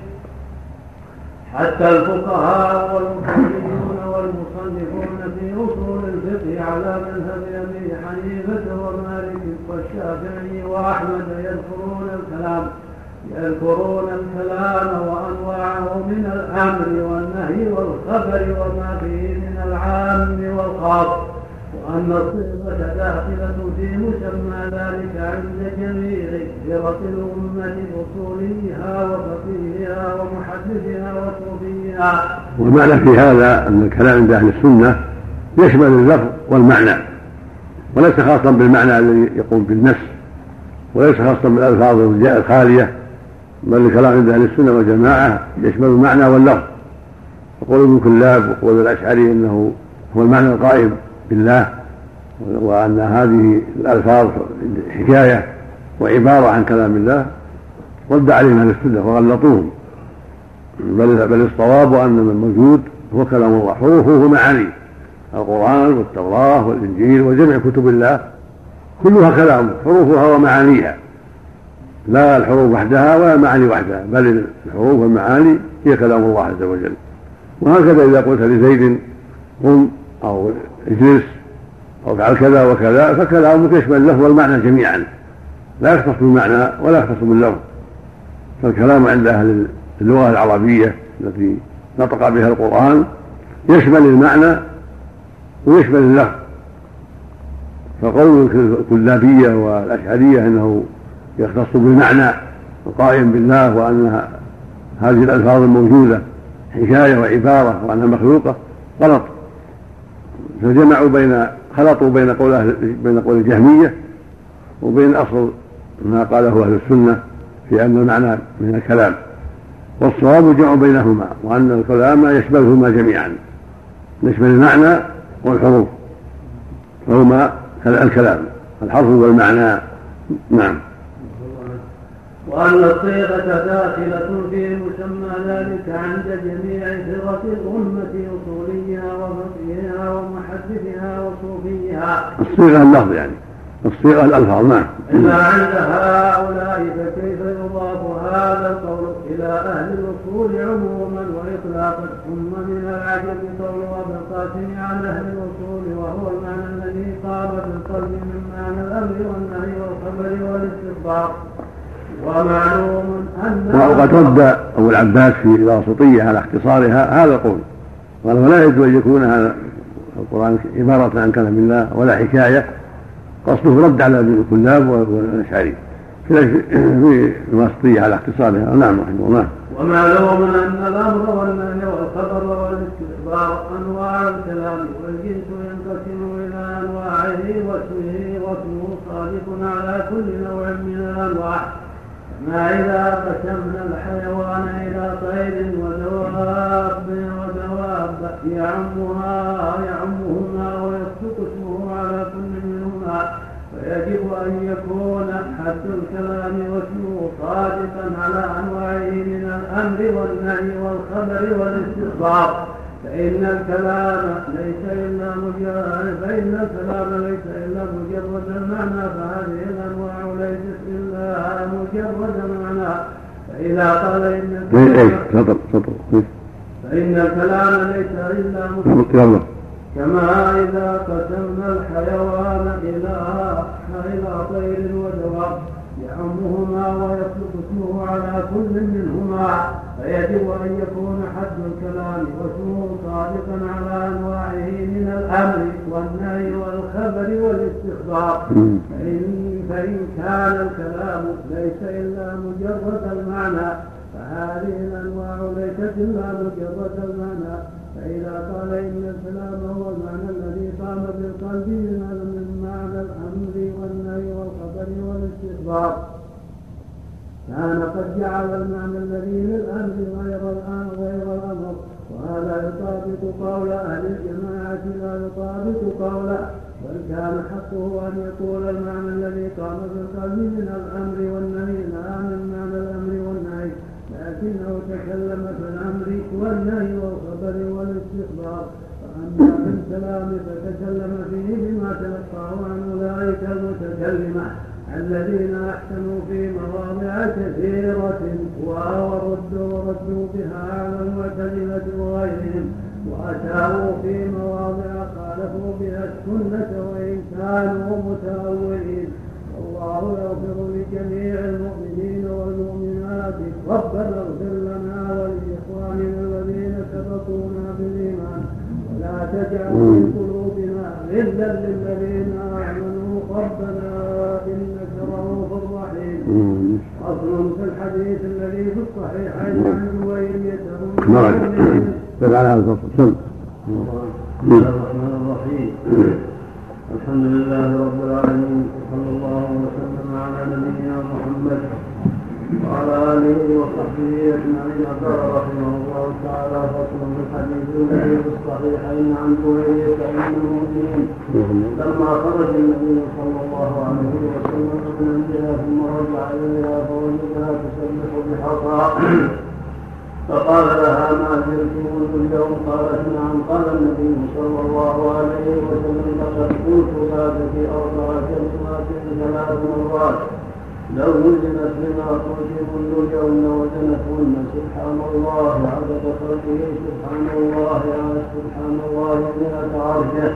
حتى الفقهاء والمفسرون والمصنفون في أصول الفقه على مذهب أبي حنيفة ومالك والشافعي وأحمد يذكرون الكلام يذكرون الكلام وأنواعه من الأمر والنهي والخبر وما فيه من العام والخاص، وأن الصيغة داخلة في مسمى ذلك عند جميع فرق الأمة أصوليها وفقيهها ومحدثها وصوفيها. والمعنى في هذا أن الكلام عند أهل السنة يشمل اللفظ والمعنى، وليس خاصا بالمعنى الذي يقوم بالنفس، وليس خاصا بالألفاظ الخالية، بل الكلام عند أهل السنة والجماعة يشمل المعنى واللفظ. يقول ابن كلاب وقول الأشعري إنه هو المعنى القائم بالله، وأن هذه الألفاظ حكاية وعبارة عن كلام الله، رد عليهم أهل السنة وغلطوهم، بل, بل الصواب أن الموجود هو كلام الله حروفه ومعانيه، القرآن والتوراة والإنجيل وجميع كتب الله كلها كلام حروفها ومعانيها، لا الحروف وحدها ولا المعاني وحدها، بل الحروف والمعاني هي كلام الله عز وجل. وهكذا إذا قلت لزيد قم أو اجلس أو افعل كذا وكذا فكلامك يشمل اللفظ والمعنى جميعا، لا يختص بالمعنى ولا يختص باللفظ. فالكلام عند أهل اللغة العربية التي نطق بها القرآن يشمل المعنى ويشمل اللفظ. فقول الكلابية والأشعرية أنه يختص بالمعنى القائم بالله، وأن هذه الألفاظ الموجودة حكاية وعبارة وأنها مخلوقة غلط، فجمعوا بين خلطوا بين قول أهل بين قول الجهمية وبين أصل ما قاله أهل السنة في أن المعنى من الكلام، والصواب الجمع بينهما، وأن الكلام يشملهما جميعا، يشمل المعنى والحروف، فهما الكلام الحرف والمعنى. نعم. وأن الصيغة داخلة في مسمى ذلك عند جميع فرق الأمة أصوليها وفقهها ومحدثها وصوفيها. الصيغة اللفظ يعني الصيغة الألفاظ. نعم. إلا عند هؤلاء فكيف يضاف هذا القول إلى أهل الأصول عموما وإطلاقا؟ ثم من العجب قول أبي القاسم عن أهل الأصول وهو المعنى الذي قام بالقلب من معنى الأمر والنهي والخبر والاستخبار. ومعلوم أن وقد رد أبو العباس في الواسطية على اختصارها هذا القول، قال ولا يجوز أن يكون هذا القرآن عبارة عن كلام الله ولا حكاية، قصده رد على ابن الكلاب والأشعري في الواسطية على اختصارها. نعم رحمه الله. ومعلوم أن الأمر والنهي والخبر والاستخبار أنواع الكلام، والجنس ينقسم إلى أنواعه واسمه واسمه صادق على كل نوع من الأنواع. ما إذا قسمنا الحيوان إلى طير ودواب ودواب يعمها يعمهما ويصدق اسمه على كل منهما، فيجب أن يكون حد الكلام واسمه صادقا على أنواعه من الأمر والنهي والخبر والاستخبار، فإن الكلام ليس إلا مجرد فإن الكلام ليس إلا مجرد المعنى، فهذه الأنواع ليست إلا مجرد معنى. فإذا قال إن الكلام فإن الكلام ليس إلا مجرد كما إذا قسمنا الحيوان إلى إلى طير ودواب يعمهما ويطلق اسمه على كل منهما، فيجب أن يكون حد الكلام واسمه صادقا على أنواعه من الأمر والنهي والخبر والاستخبار. فإن, فإن كان الكلام ليس إلا مجرد المعنى، فهذه الأنواع ليست إلا مجرد المعنى. فإذا قال إن الكلام هو المعنى الذي قام بالقلب من معنى الأمر والنهي والخبر والاستخبار، كان قد جعل المعنى الذي للأمر غير الأمر غير الأمر، وهذا يطابق قول أهل الجماعة لا يطابق قوله، بل كان حقه أن يقول المعنى الذي قام بالقلب من الأمر والنهي لا من معنى الأمر والنهي، لكنه تكلم في الأمر والنهي والخبر والاستخبار. فأما في الكلام فتكلم فيه بما تلقاه عن أولئك المتكلمة الذين أحسنوا في مواضع كثيرة وردوا وردوا بها على المعتزلة وغيرهم، وأتاوا في مواضع خالفوا بها السنة وإن كانوا متأولين. والله يغفر لجميع المؤمنين والمؤمنات. ربنا اغفر لنا ولإخواننا الذين سبقونا بالإيمان ولا تجعل في قلوبنا غلا للذين آمنوا ربنا إنك رؤوف رحيم. أصل في الحديث الذي في الصحيحين عن جويرية بسم الله الرحمن الرحيم. الحمد لله رب العالمين، صلى الله وسلم على نبينا محمد وعلى آله وصحبه أجمعين. قال رحمه الله تعالى فصل في الحديث الذي في الصحيحين عن جويرية أم المؤمنين لما خرج النبي صلى الله عليه وسلم من عندها ثم رجع إليها فوجدها تسبح بحصى فقال لها ما زلت منذ اليوم؟ قالت نعم. قال النبي صلى الله عليه وسلم لقد قلت بعدك أربع كلمات ثلاث مرات لو وزنت بما قلت كل اليوم وزنتهن سبحان الله عدد خلقه سبحان الله على سبحان الله مئة عرشه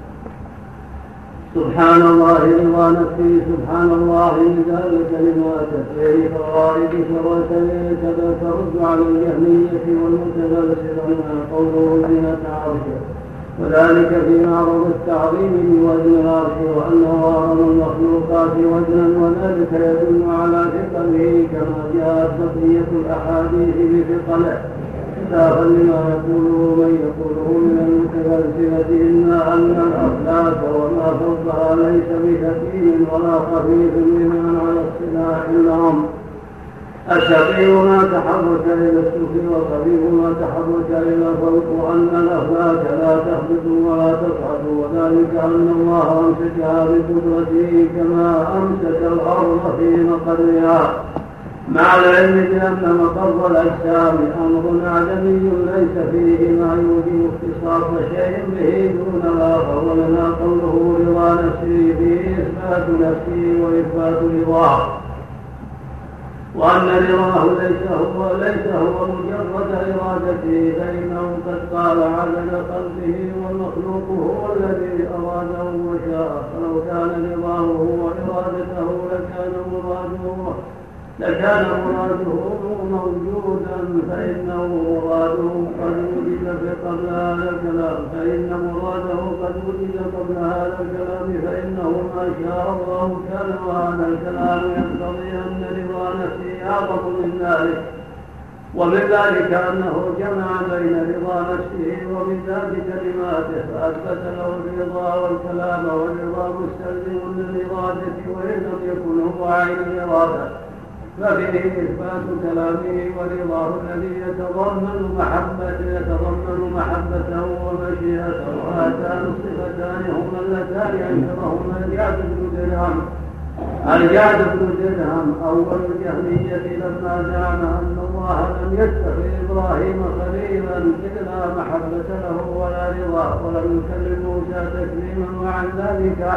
سبحان الله رضا نفسي سبحان الله مداد كلمات السير فغائب فوسليك ترد على الجهمية والمتفلسفة ما قوله مئة عرشه، وذلك في معرض التعظيم بوزن العرش وأنه أعظم المخلوقات وزنا، وذلك يدل على ثقله كما جاءت بقية الأحاديث بثقله. خلافا لما يقوله من يقوله من المتفلسفة إنا أن الأخلاق وما فوقها ليس بثقيل ولا خفيف بمعنى على اصطلاح لهم. الثقيل ما تحرك إلى السفل والخفيف ما تحرك إلى الفوق، وأن الأخلاق لا تهبط ولا تصعد، وذلك أن الله أمسكها بقدرته كما أمسك الأرض في مقرها، مع العلم بأن مقر الأجسام أمر عدمي ليس فيه ما يوجب اختصاص شيء به دون الآخر، ومنها قوله رضا نفسه فيه إثبات نفسه وإثبات رضاه، وأن رضاه ليس هو ليس هو مجرد إرادته، فإنه قد قال عدد قلبه والمخلوق هو الذي أراده وشاء، فلو كان رضاه هو إرادته لكان مراده لكان مراده موجودا، فإنه مراده قد وجد قبل هذا الكلام فإن مراده قد وجد قبل هذا الكلام فإنه ما شاء الله كان، وهذا الكلام يقتضي أن رضا نفسه أعظم من ذلك، ومن ذلك أنه جمع بين رضا نفسه ومن ذلك كلماته، فأثبت له الرضا والكلام، والرضا مستلزم للإرادة وإن لم يكن هو عين الإرادة، ففيه إثبات كلامه ورضاه الذي يتضمن محبته يتضمن محبته ومشيئته، وهاتان الصفتان هما اللتان أنكرهما الجعد بن درهم الجعد بن درهم أول الجهمية لما زعم أن الله لم يتخذ إبراهيم خليلا إلا محبة له ولا رضا، ولم يكلم موسى تكليما، وعن ذلك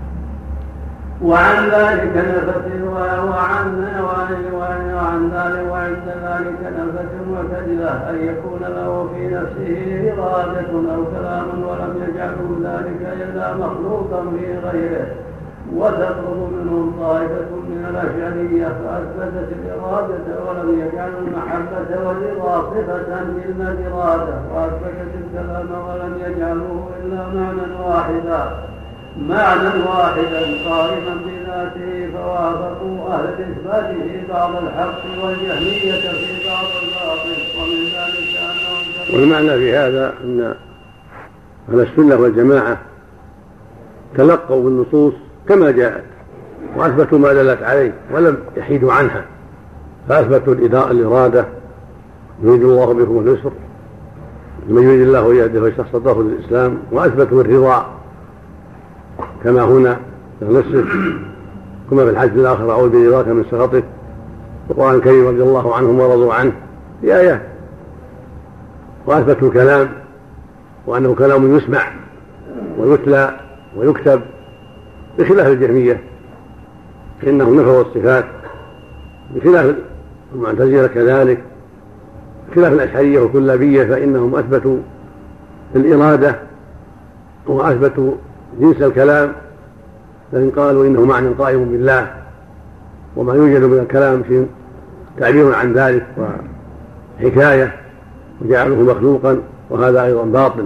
وعن ذلك نفت وعن وعن ذلك وعند ذلك نفت وكذلة أن يكون له في نفسه إرادة أو كلام، ولم يجعله ذلك إلا مخلوقا في غيره. وتطلب منهم طائفة من الأشعرية فأثبتت الإرادة ولم يجعلوا المحبة والرضا صفة إلا الإرادة، وأثبتت الكلام ولم يجعلوه إلا معنى واحدا معنى واحدا قائما بذاته، فوافقوا أهل الإثبات في بعض الحق والجهمية في بعض الباطل، ومن ذلك أنهم والمعنى في هذا أن أهل السنة والجماعة تلقوا بالنصوص كما جاءت وأثبتوا ما دلت عليه ولم يحيدوا عنها، فأثبتوا الإرادة يريد الله بكم اليسر من يريد الله يهده ويشرح صدره للإسلام، وأثبتوا الرضا كما هنا نفسه كما في الحديث الآخر أعوذ برضاك من سخطك، والقرآن الكريم رضي الله عنهم ورضوا عنه في آيات، وأثبتوا الكلام وأنه كلام يسمع ويتلى ويكتب، بخلاف الجهمية فإنهم نفوا الصفات، بخلاف المعتزلة كذلك، بخلاف الأشعرية والكلابية فإنهم أثبتوا الإرادة وأثبتوا جنس الكلام، لكن قالوا إنه معنى قائم بالله، وما يوجد من الكلام في تعبير عن ذلك وحكاية وجعله مخلوقا، وهذا أيضا باطل.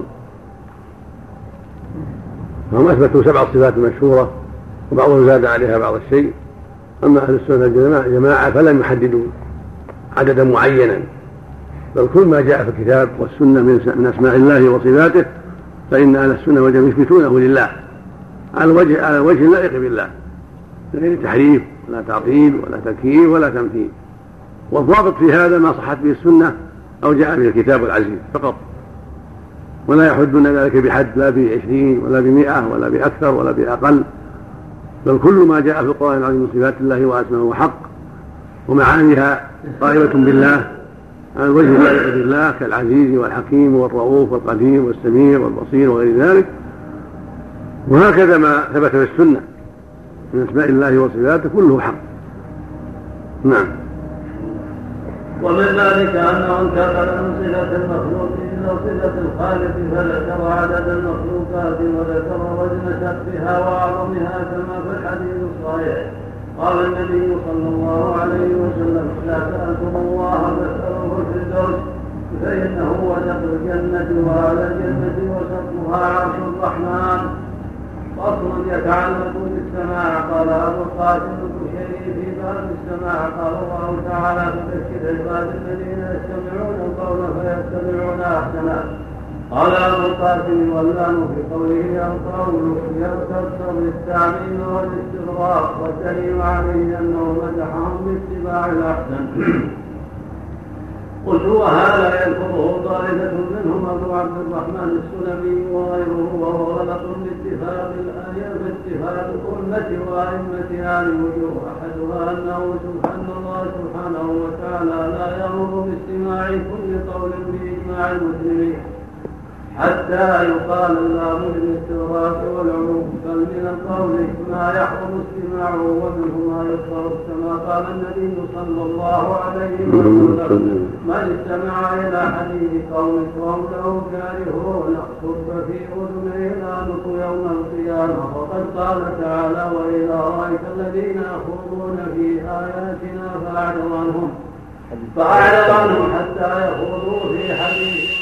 فهم أثبتوا سبع صفات مشهورة وبعضهم زاد عليها بعض الشيء. أما أهل السنة الجماعة فلم يحددوا عددا معينا، بل كل ما جاء في الكتاب والسنة من أسماء الله وصفاته فإن أهل السنة والجماعة يثبتونه لله على الوجه على الوجه اللائق بالله، من غير تحريف ولا تعطيل ولا تكييف ولا تمثيل. والضابط في هذا ما صحت به السنة أو جاء به الكتاب العزيز فقط، ولا يحدون ذلك بحد لا بعشرين ولا بمئة ولا بأكثر ولا بأقل، بل كل ما جاء في القرآن العظيم من صفات الله وأسمائه حق ومعانيها قائمة بالله على الوجه اللائق بالله، كالعزيز والحكيم والرؤوف والقدير والسميع والبصير وغير ذلك. وهكذا ما ثبت في السنة من أسماء الله وصفاته كله حق. نعم. ومن ذلك أنه انتقل من صلة المخلوق إلى صلة الخالق، فذكر عدد المخلوقات وذكر وزن سقفها وأعظمها كما في الحديث الصحيح. قال النبي صلى الله عليه وسلم: لا تأتوا الله فاسألوه الفردوس فإنه وسط الجنة وعلى الجنة وسطها عرش الرحمن. فصل يتعلق بالسماع. قال أبو القاسم الكشيري في باب بالسماع. قال الله تعالى: فبشر عباد الذين يستمعون القول فيتبعون احسنه. قال ابو القاسم: واللام في قوله القول يقتضي التعميم والاستغراق، والدليل عليه انه مدحهم باتباع الاحسن. قلت: وهذا يلفظه طائفة منهم أبو عبد الرحمن السلمي وغيره، وهو غلط باتفاق الآية باتفاق الأمة وأئمتها لوجوه. أحدها أنه سبحان الله سبحانه وتعالى لا يأمر باستماع كل قول بإجماع المسلمين حتى يقال اللام للاستغراق والعموم، بل من القول ما يحرم استماعه ومنه ما يكره، كما قال النبي صلى الله عليه وسلم: من استمع إلى حديث قوم وهم له كارهون صب في أذنه الآنق يوم القيامة. وقد قال تعالى: وإذا رأيت الذين يخوضون في آياتنا فأعرض عنهم فأعرض عنهم حتى يخوضوا في حديث.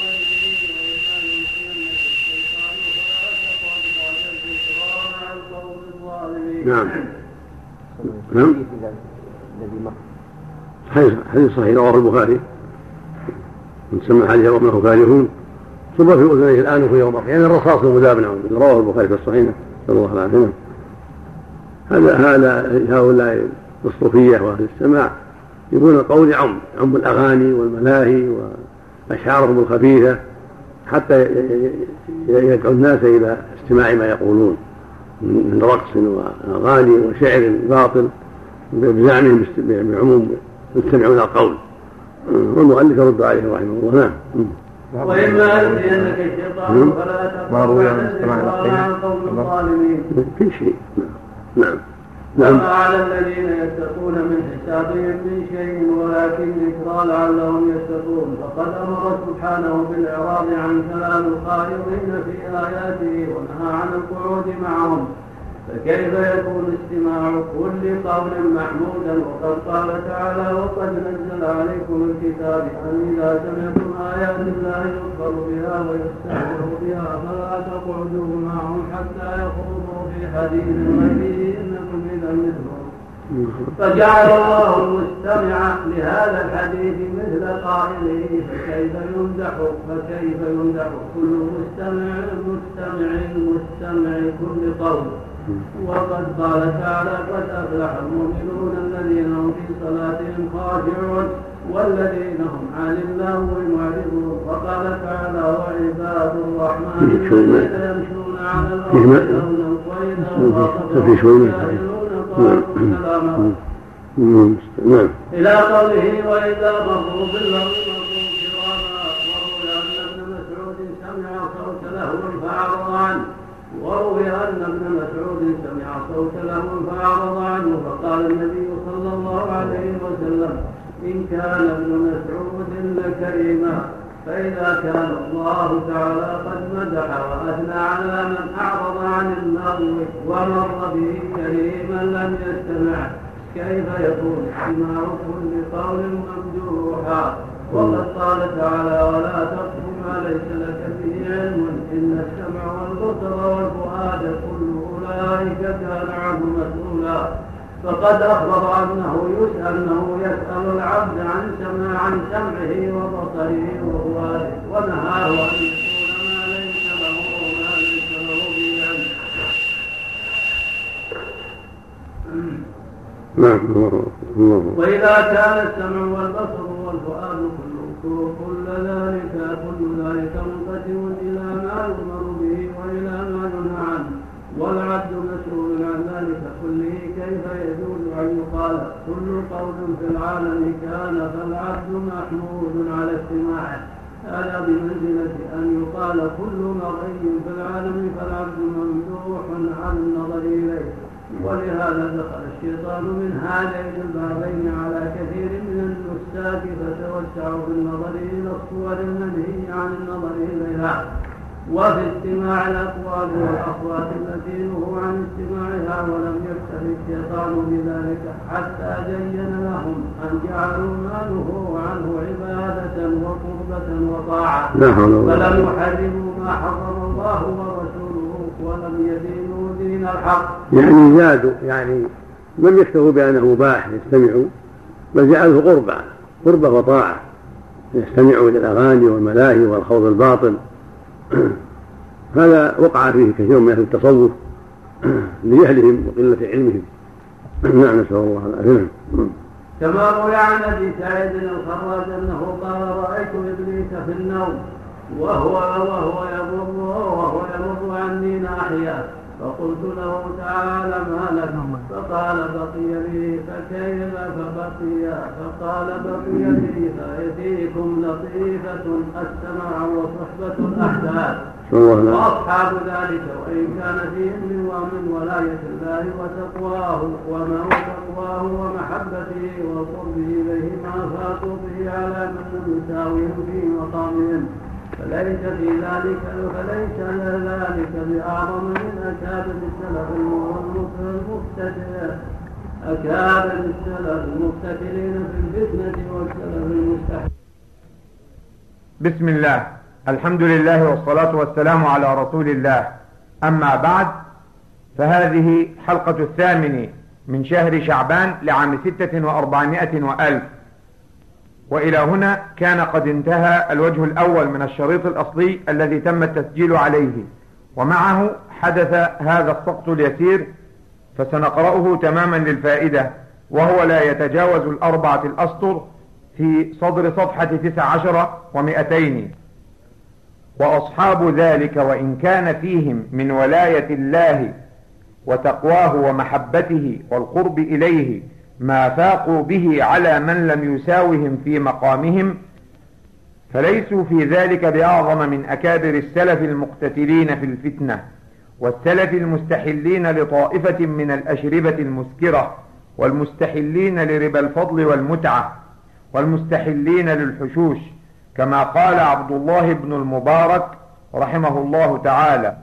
نعم نعم حديث صحيح رواه البخاري: من سمع حديث وهم له كارهون صب في اذنيه الانف يوم القيامه، يعني الرصاص المذاب. نعم رواه البخاري في الصحيح صلى الله عليه وسلم. هذا هذا هؤلاء الصوفيه واهل السماع يقولون القول عم عم الاغاني والملاهي واشعارهم الخبيثه حتى يدعو الناس الى استماع ما يقولون من رقص واغاني وشعر باطل بزعمهم بعموم يستمعون القول. والمؤلف يرد عليه رحمه الله. نعم. وإما يأتينك الشيطان فلا تقل عن قوم الظالمين في شيء. نعم نعم. وما على الذين يتقون من حسابهم من شيء ولكن ذكرى لعلهم يتقون. فقد أمر سبحانه بالإعراض عن كلام الخائضين في آياته ونهى عن القعود معهم، فكيف يكون استماع كل قول محمودا؟ وقد قال تعالى: وقد نزل عليكم الكتاب أن إذا سمعتم آيات الله يكفر بها ويستهزئ بها فلا تقعدوا معهم حتى يخوضوا في حديث غيره إنكم إذا مثلهم. فجعل الله المستمع لهذا الحديث مثل قائله، فكيف يمدح فكيف يمدح كل مستمع مستمع مستمع كل قول. وقد قال تعالى: قد أفلح المؤمنون الذين هم في صلاتهم خاشعون والذين هم عن اللغو معرضون. وقال تعالى: وعباد الرحمن الذين يمشون على الأرض هونا وإذا خاطبهم الجاهلون قالوا سلاما إلى قوله: وإذا مروا باللغو مروا كراما. وروي أن ابن مسعود سمع صوت لهو فأعرض عنه وروي أن ابن مسعود سمع صوت لهو فأعرض عنه. فقال النبي صلى الله عليه وسلم: إن كان ابن مسعود لكريما، فإذا كان الله تعالى قد مدح وأثنى على من أعرض عن اللغو ومر به كريما لم يستمع، كيف يكون استماع كل قول ممدوحا؟ وقد قال تعالى: ولا تقف ما ليس لك به علم إن السمع والبصر والفؤاد كل أولئك كان عنه مسؤولا. فقد أخبر أنه يسأل أنه يسأل العبد عن سماع عن سمعه وبصره وفؤاده، ونهاه أن يقول ما ليس له وما ليس له به علم. وإذا كان السمع والبصر والفؤاد كل كل ذلك كل ذلك منقسم إلى ما يؤمر به وإلى ما ينهى عنه، والعبد مسؤول عن ذلك كله. كيف يجوز أن يقال كل قول في العالم كان فالعبد محمود على استماعه؟ هذا بمنزلة أن يقال كل مرئي في العالم فالعبد ممدوح على النظر إليه. ولهذا دخل الشيطان من هذين البابين على كثير من النساك فتوسعوا في النظر إلى الصور المنهي عن النظر إليها، وفي استماع الأقوال والأصوات التي نهوا عن استماعها. ولم يكتف الشيطان بذلك حتى زين لهم أن جعلوا ما نهوا عنه عبادة وقربة وطاعة، فلم يحرموا ما حرم الله ورسوله ولم يدينوا دين الحق. يعني زادوا يعني لم يكتفوا بأنه مباح يستمعوا، بل جعله قربة قربة وطاعة، يستمعوا إلى الأغاني والملاهي والخوض الباطل. هذا وقع فيه كثير من أهل التصوف لجهلهم وقلة علمهم. نعم، نسأل الله العافية. كما روي عن أبي سعيد الخراج أنه قال: رأيت إبليس في النوم وهو وهو يمر وهو يمر عني ناحية، فقلت له: تعالى ما لك؟ فقال: بقي لي. فكيف فبقي؟ فقال: بقي لي فيأتيكم لطيفة السمع وصحبة الأحداث وأصحاب ذلك، وإن كان فيهم من ومن ولاية الله وتقواه وما وتقواه ومحبته وقربه إليه ما فاتوا به على من لم يساويهم في مقامهم، فليس في ذلك فليس ذلك بأعظم من أكابر السلف المقتدرين أكابر السلف المقتدرين في الفتنة والسلف المستحيل. بسم الله، الحمد لله والصلاة والسلام على رسول الله. أما بعد، فهذه حلقة الثامن من شهر شعبان لعام ستة وأربعمائة وألف، وإلى هنا كان قد انتهى الوجه الأول من الشريط الأصلي الذي تم التسجيل عليه، ومعه حدث هذا السقط اليسير، فسنقرأه تماما للفائدة، وهو لا يتجاوز الأربعة الأسطر في صدر صفحة تسع عشر ومئتين. وأصحاب ذلك وإن كان فيهم من ولاية الله وتقواه ومحبته والقرب إليه ما فاقوا به على من لم يساوهم في مقامهم، فليسوا في ذلك بأعظم من أكابر السلف المقتتلين في الفتنة والسلف المستحلين لطائفة من الأشربة المسكرة والمستحلين لربا الفضل والمتعة والمستحلين للحشوش، كما قال عبد الله بن المبارك رحمه الله تعالى: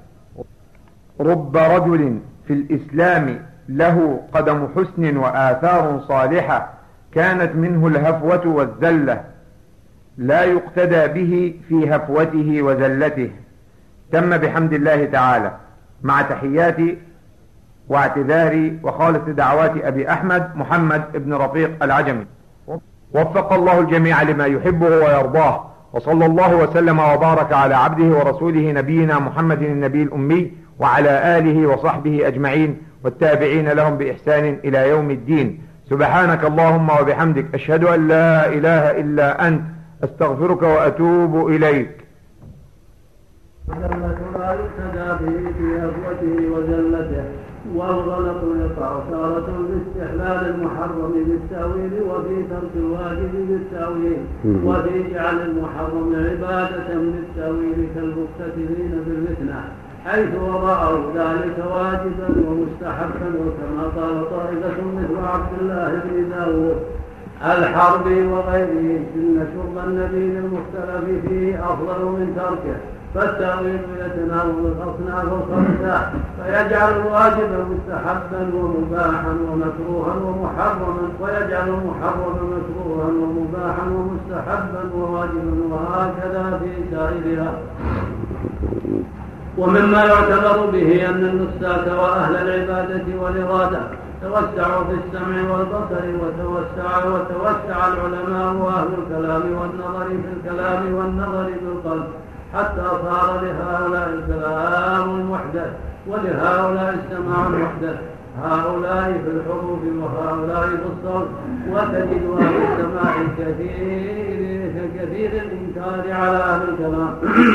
رب رجل في الإسلام له قدم حسن وآثار صالحة كانت منه الهفوة والزلة، لا يقتدى به في هفوته وزلته. تم بحمد الله تعالى، مع تحياتي واعتذاري وخالص دعوات أبي أحمد محمد بن رفيق العجمي. وفق الله الجميع لما يحبه ويرضاه، وصلى الله وسلم وبارك على عبده ورسوله نبينا محمد النبي الأمي وعلى آله وصحبه أجمعين والتابعين لهم بإحسان إلى يوم الدين. سبحانك اللهم وبحمدك، أشهد أن لا إله إلا أنت، أستغفرك وأتوب إليك. زلة لا يقتدى به في هفوته وزلته، والغلط يقع تارة باستحلال المحرم بالتأويل، وفي ترك الواجب بالتأويل، وفي جعل المحرم عبادة بالتأويل كالمقتتلين في الفتنة، حيث رأوا ذلك واجبا ومستحبا، وكما قال طائفة مثل عبد الله بن داود الحربي وغيره: إن شرب النبي المختلف فيه أفضل من تركه، فالتأويل يتناول الأصناف الخمسة، فيجعل الواجب مستحبا ومباحا ومكروها ومحرما، ويجعل المحرم مكروها ومباحا ومستحبا وواجبا، وهكذا في سائرها. ومما يعتبر به أن النساك وأهل العبادة والإرادة توسعوا في السمع والبصر، وتوسع وتوسع العلماء وأهل الكلام والنظر في الكلام والنظر في القلب، حتى صار لهؤلاء الكلام المحدث ولهؤلاء السماع المحدث، هؤلاء في الحروف وهؤلاء في الصوت، وتجد أهل السماع كثير كثير الإنكار على أهل الكلام.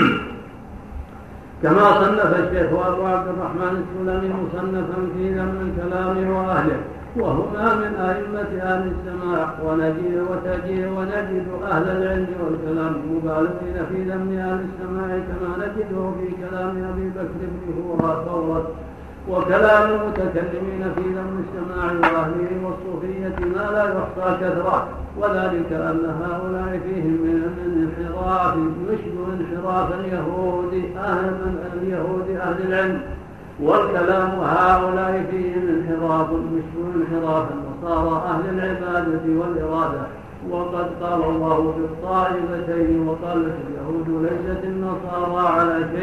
كما صنف الشيخ أبو عبد الرحمن السلمي مصنفا في ذم الكلام وأهله، وهما من أئمة أهل السماع، ونجد وتجد ونجد أهل العلم والكلام مبالغين في ذم أهل السماع، كما نجده في كلام أبي بكر بن فورة، وكلام المتكلمين في ذم السماع وأهله والصوفية ما لا يحصى كثرة، وذلك أن هؤلاء فيهم من الانحراف يشبه انحراف اليهود أهل اليهود أهل العلم، والكلام هؤلاء فيهم انحراف يشبه انحراف النصارى أهل العبادة والإرادة. وقد قال الله في الطائفتين: وقالت اليهود ليست النصارى على شيء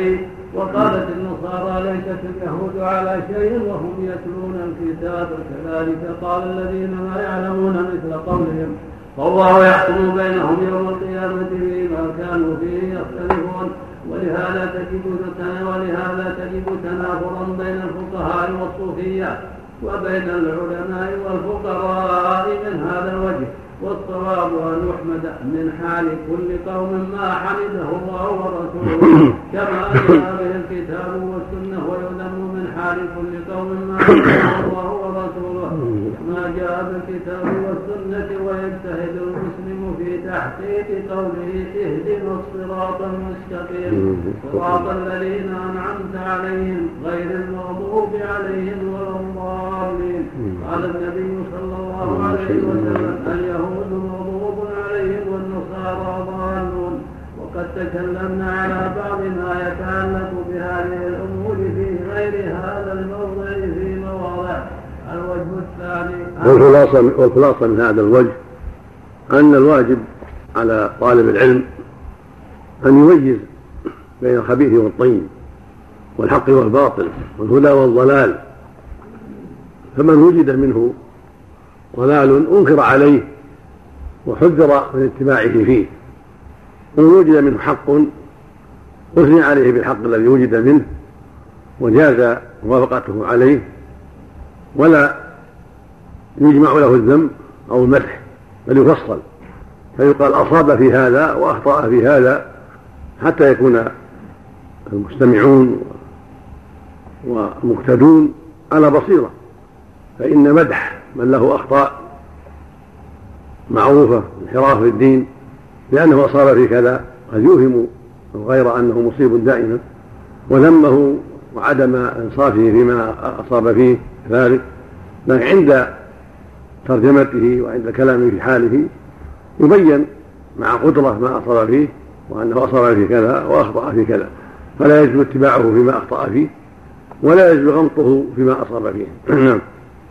وقالت النصارى ليست اليهود على شيء وهم يتلون الكتاب كذلك قال الذين لا يعلمون مثل قولهم فالله يحكم بينهم يوم القيامة فيما كانوا فيه يختلفون. ولهذا تجد ولهذا تجد تنافرا بين الفقهاء والصوفية وبين العلماء والفقراء من هذا الوجه. والصواب أن يحمد من حال كل قوم ما حمده الله ورسوله كما جاء به الكتاب والسنة ويذم من حال كل قوم ما حمده الله ورسوله كما جاء بالكتاب والسنة. ويجتهد المسلم في تحقيق قوله اهدنا الصراط المستقيم صراط الذين أنعمت عليهم غير المغضوب عليهم ولا الضالين. قال النبي صلى الله عليه وسلم اليهود مغضوب عليهم والنصارى ضالون. وقد تكلمنا على بعض ما يتعلق بهذه الأمور في غير هذا الموضع في مواضع. الوجه الثاني والخلاصة, والخلاصة من هذا الوجه أن الواجب على طالب العلم أن يميز بين الخبيث والطيب والحق والباطل والهدى والضلال. فمن وجد منه ضلال أنكر عليه وحذر من اتباعه فيه، ومن وجد منه حق أثني عليه بالحق الذي وجد منه وجاز موافقته عليه ولا يجمع له الذم أو المدح بل يفصل فيقال أصاب في هذا وأخطأ في هذا حتى يكون المستمعون ومقتدون على بصيرة. فإن مدح من له أخطاء معروفة انحراف في الدين لأنه أصاب في كذا قد يوهم غير أنه مصيب دائما، وذمه وعدم إنصافه فيما أصاب فيه ذلك، لكن عند ترجمته وعند كلامه في حاله يبين مع قدرة ما أصاب فيه وأنه أصاب في كذا وأخطأ في كذا، فلا يجب اتباعه فيما أخطأ فيه ولا يجب غمطه فيما أصاب فيه. نعم.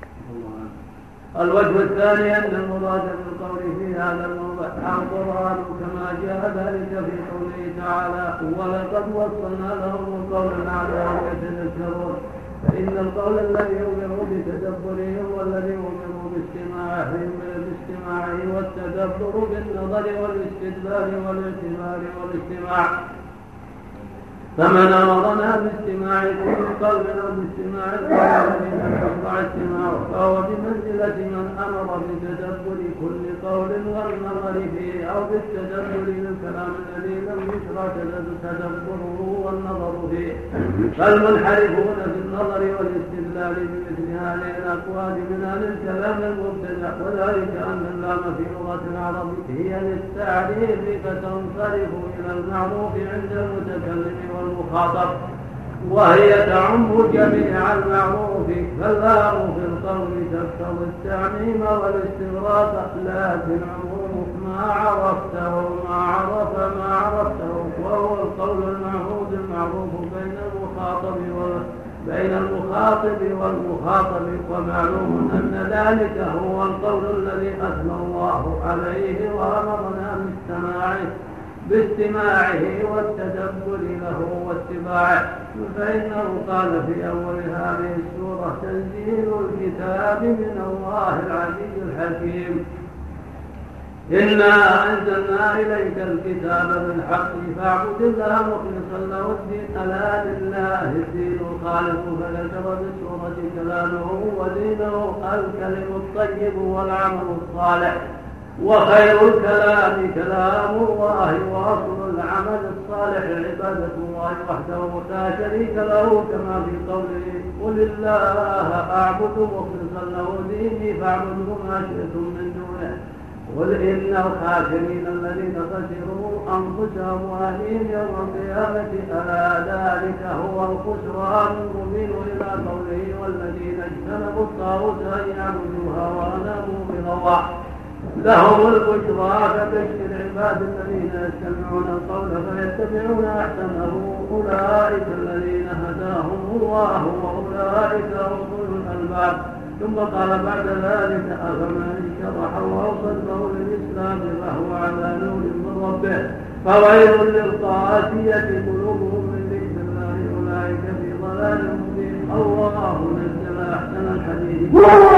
الوجه الثاني أن المراد بالقول في هذا الموضع القرآن كما جاء ذلك في قوله تعالى ولقد وصلنا لهم القول لعلهم يتذكرون. فإن القول الذي أمروا بتدبره والذي أمروا باستماعه باستماعه والتدبر بالنظر والاستدلال والاعتبار والاستماع. فمن أمرنا باستماع كل قلب أو باستماع القول الذي يشرع استماعه فهو بمنزلة من أمر بتدبر كل قول والنظر فيه أو بالتدبر للكلام الذي لم يشرع تدبره والنظر فيه. فالمنحرفون في النظر والاستدلال بمثل هذه الأقوال من أهل الكلام المبتدع، وذلك أن اللام في لغة العرب هي للتعريف فتنصرف إلى المعروف عند المتكلم والمخاطب، وهي تعم جميع المعروف، فاللام في القول تقتضي التعميم والاستغراق، لكن عموم ما عرفته ما عرف ما عرفته وهو القول المعهود المعروف بين المخاطب بين المخاطب والمخاطب. ومعلوم أن ذلك هو القول الذي أثنى الله عليه وأمرنا باستماعه باستماعه والتدبر له واتباعه. فإنه قال في أول هذه السورة تنزيل الكتاب من الله العزيز الحكيم إنا أنزلنا إليك الكتاب بالحق فاعبد الله مخلصا له الدين ألا لله الدين الخالق. فذكر بسورة كلامه ودينه الكلم الطيب والعمل الصالح، وخير الكلام كلام الله، وأصل العمل الصالح عبادة الله وحده لا شريك له، كما في قوله قل الله أعبد مخلصا له ديني فاعبدوا ما شئتم من دونه. قل إن الخاسرين الذين خسروا أنفسهم وأهليهم يوم القيامة ألا ذلك هو الخسران المبين، إلى قوله والذين اجتنبوا الطاغوت أن يعبدوها وأنابوا إلى الله لهم البشرى. فبشر عباد الذين يستمعون القول فيتبعون أحسنه أولئك الذين هداهم الله وأولئك هم أولو الألباب. ثم قال بعد ذلك أفمن شرح الله صدره للإسلام فهو على نور من ربه فويل للقاسية قلوبهم من ذكر الله ضلال مبين. الله نزل أحسن الحديث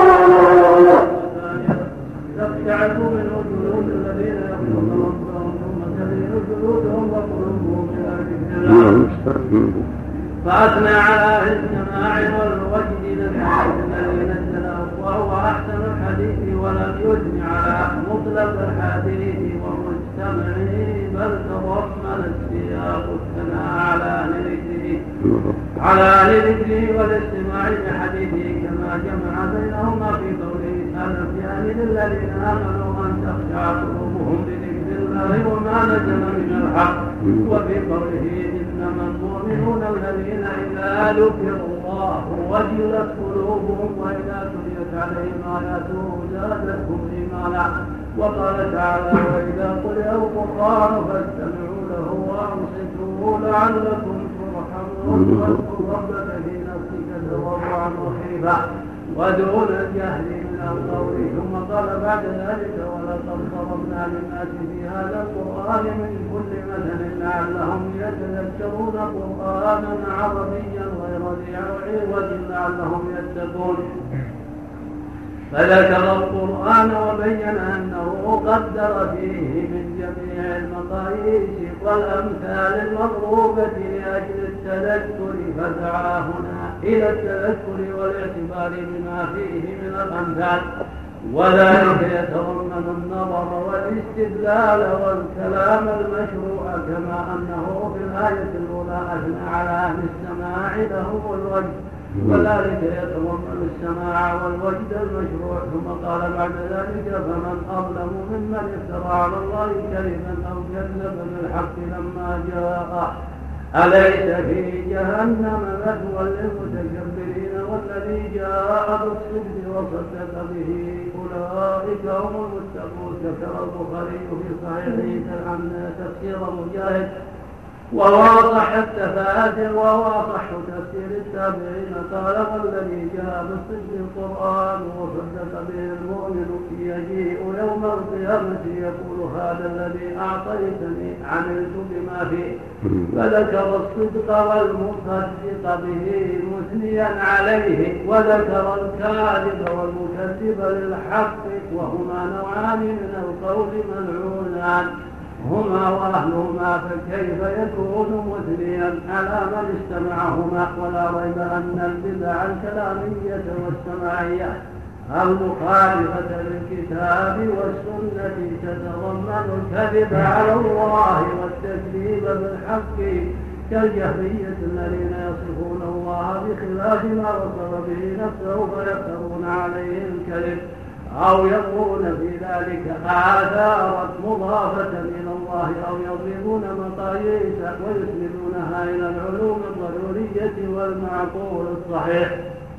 تقشعر منه جلود الذين يخشون ربهم ثم تلين جلودهم وقلوبهم إلى ذكر الله. فأثنى على أهل السماع والوجد للحديث الذي نزله وهو أحسن الحديث ولم يثن على مطلق الحديث ومستمعه بل تضمن السياق الثناء على أهل ذكره على أهل ذكره والاستماع لحديثه كما جمع بينهما في قوله ألف يعني للذين آمنوا أن تخشع قلوبهم بذكر الله وما نزل من الحق وفي قوله إنما المؤمنون الذين إذا ذكر الله وجلت قلوبهم وإذا تليت عليهم آياته زادتهم إيمانا. وقال تعالى وإذا قرئ القرآن فاستمعوا له وأنصتوا لعلكم ترحمون واذكر ربك في نفسك تضرعا وخيفا ودون الجهل من القول. ثم قال بعد ذلك ولقد ضربنا للناس في هذا القرآن من كل مثل لعلهم يتذكرون قرآنا عربيا غير ذي عوج لعلهم يتقون. فذكر القرآن وبين أنه قدر فيه من جميع المقاييس والأمثال المضروبة لأجل التذكر فدعا هنا إلى التذكر والاعتبار بما فيه من الأمثال وذلك يتضمن النظر والاستدلال والكلام المشروع كما أنه في الآية الأولى أثنى على أهل السماع له الوجه وذلك يتضمن السماع والوجد المشروع. ثم قال بعد ذلك فمن أظلم ممن افترى على الله كذبا أو كذب بالحق لما جاء أليس في جهنم مثوى للمتكبرين والذي جاء بالصدق وصدق به أولئك هم المتقون. ذكر البخاري في صحيحه عن تفسير مجاهد وواضح التفاسير وواضح تفسير التابعين قال والذي جاء بالصدق القرآن وصدق به المؤمن يجيء يوم القيامة يقول هذا الذي أعطيتني عملت بما فيه. فذكر الصدق والمصدق به مثنيا عليه وذكر الكاذب والمكذب للحق وهما نوعان من القول ملعونان هما وأهلهما فكيف يكون مثنيا على من استمعهما. ولا ريب أن البدع الكلامية والسماعية المخالفة للكتاب والسنة تتضمن الكذب على الله والتكذيب بالحق كالجهمية الذين يصفون الله بخلاف ما وصف به نفسه فيفترون عليه الكذب أو يضرون في ذلك آثارا مضافة إلى الله أو يضربون مقاييس ويسندونها إلى العلوم الضرورية والمعقول الصحيح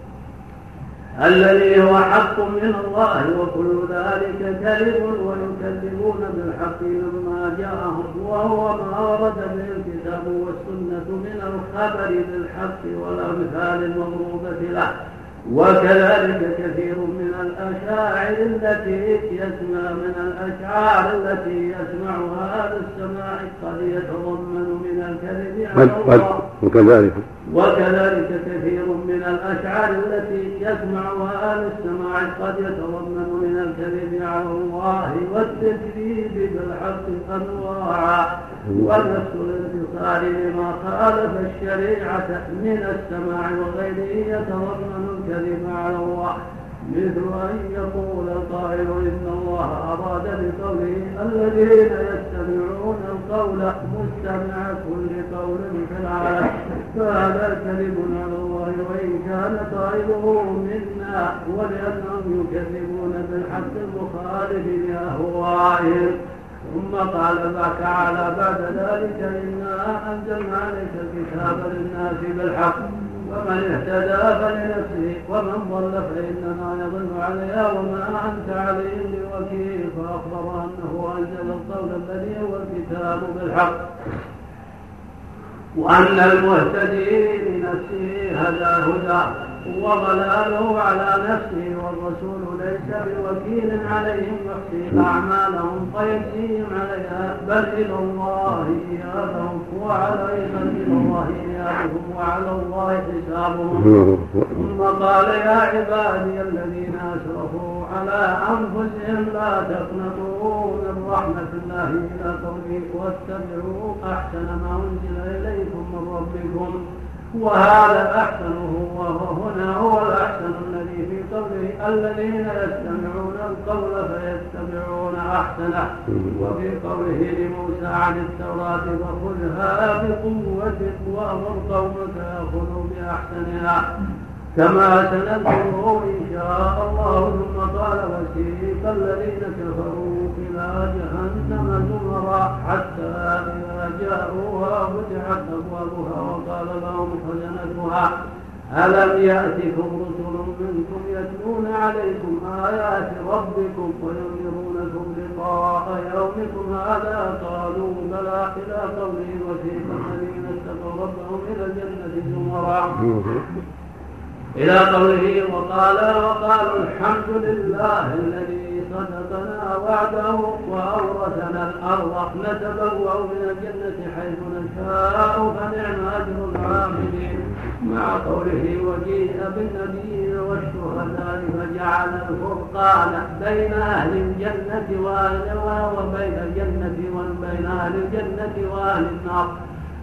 الذي هو حق من الله وكل ذلك كذب ويكذبون بالحق لما جاءهم وهو ما ورد به الكتاب والسنة من الخبر بالحق والأمثال المضروبة له. وكذلك كثير من الأشاعر التي يسمع من الأشعار التي يسمعها أهل السماع قد يتضمن من الكذب على الله. وكذلك وكذلك كثير من الأشعار التي يسمعها أهل السماع قد يتضمن من الكذب على الله والتكذيب بالحق أنواعا ونفس الانتصار لما خالف الشريعة من السماع وغيره يتضمن الكذب على الله مثل أن يقول القائل إن الله أراد بقوله الذين يستمعون القول مستمع كل قول في العالم فهذا كذب على الله وإن كان قائله منا ولأنهم يكذبون بالحق المخالف لأهوائهم. ثم قال تعالى بعد ذلك إنا أنزلنا عليك الكتاب للناس بالحق ومن اهتدى فلنفسه ومن ضل فإنما يضل عليها وما أنت عليهم بوكيل. فأخبر أنه أنزل القول الذي هو الكتاب بالحق وأن المهتدي لنفسه هدى هدى وضلاله على نفسه الرسول ليس بوكيل عليهم يحصي أعمالهم فيجزيهم عليها بل إلى الله إيابهم وعلى إلى الله إيابهم وعلى الله حسابهم. ثم قال يا عبادي الذين أسرفوا على أنفسهم لا تقنطوا من رحمة الله إلى قوله واتبعوا أحسن ما أنزل إليكم من ربكم وهذا أحسنه وهنا هو الأحسن الذي في قوله الذين يستمعون القول فيتبعون أحسنه وفي قوله لموسى عن التوراة فخذها بقوة وأمر قومك يأخذوا بأحسنها كما سنذكره إن شاء الله. ثم قال وسيق الذين كفروا إلى جهنم زمرا حتى إذا جاءوها فتحت أبوابها وقال لهم خزنتها ألم يأتكم رسل منكم يتلون عليكم آيات ربكم وينذرونكم لقاء يومكم هذا قالوا بلى إلى قوله وسيق الذين اتقوا ربهم إلى الجنة زمرا إلى قوله وقال وقالوا الحمد لله الذي صدقنا وعده وأورثنا الأرض نتبوأ من الجنة حيث نشاء فنعم أجر العاملين مع قوله وجيء بالنبيين والشهداء فجعل الفرقان بين أهل الجنة وبين الجنة وبين أهل الجنة وأهل النار.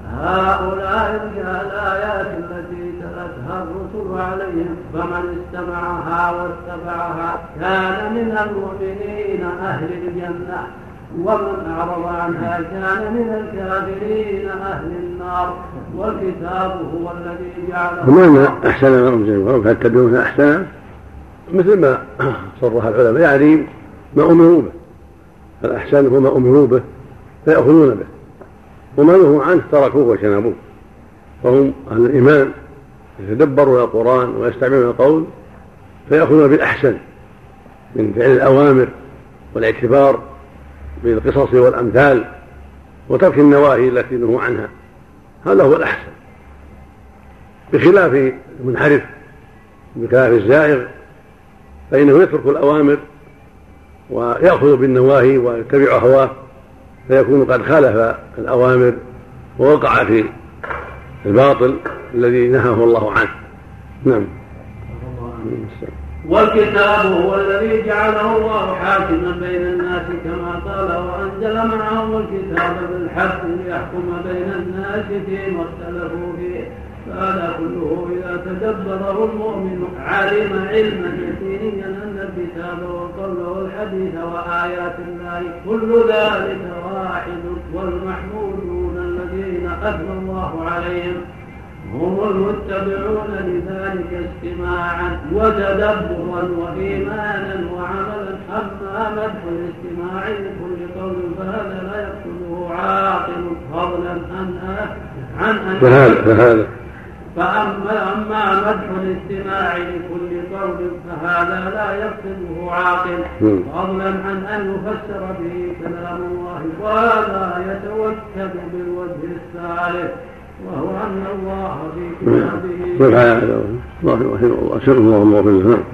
هؤلاء الآيات التي تلتها الرسل عليهم فمن استمعها واتبعها كان من المؤمنين أهل الجنة ومن أعرض عنها كان من الكافرين أهل النار. والكتاب هو الذي جعله ومعنى أحسن ما أنزل فاتبعون أحسن مثل ما صرح العلماء يعني ما أمروا به الأحسن هو ما أمروا به فيأخذون به وما نهوا عنه تركوه وجنبوه فهم أهل الإيمان يتدبرون القرآن ويستعملون القول فيأخذون بالأحسن من فعل الأوامر والاعتبار بالقصص والأمثال وترك النواهي التي نهوا عنها هذا هو الأحسن بخلاف المنحرف بخلاف الزائغ فإنه يترك الأوامر ويأخذ بالنواهي ويتبع هواه فيكون قد خالف الأوامر ووقع في الباطل الذي نهاه الله عنه. نعم. والكتاب هو الذي جعله الله حاكما بين الناس كما قال وأنزل معهم الكتاب بالحق ليحكم بين الناس فيما اختلفوا فيه. فهذا كله إذا تدبره المؤمن علم علما يقينيا أن الكتاب وقوله الحديث وآيات الله كل ذلك واحد والمحمودون الذين أثنى الله عليهم هم المتبعون لذلك استماعا وتدبرا وإيمانا وعملا. أما مدح الاستماع لكل قول فهذا لا يقصده عاقل فضلا عن أن فهذا فأما أما مدح الاستماع لكل قول فهذا لا يقصده عاقل فضلا عن أن يفسر به كلام الله وهذا يتوكد بالوجه الثالث وهو أن الله في كتابه الله رحمه الله الله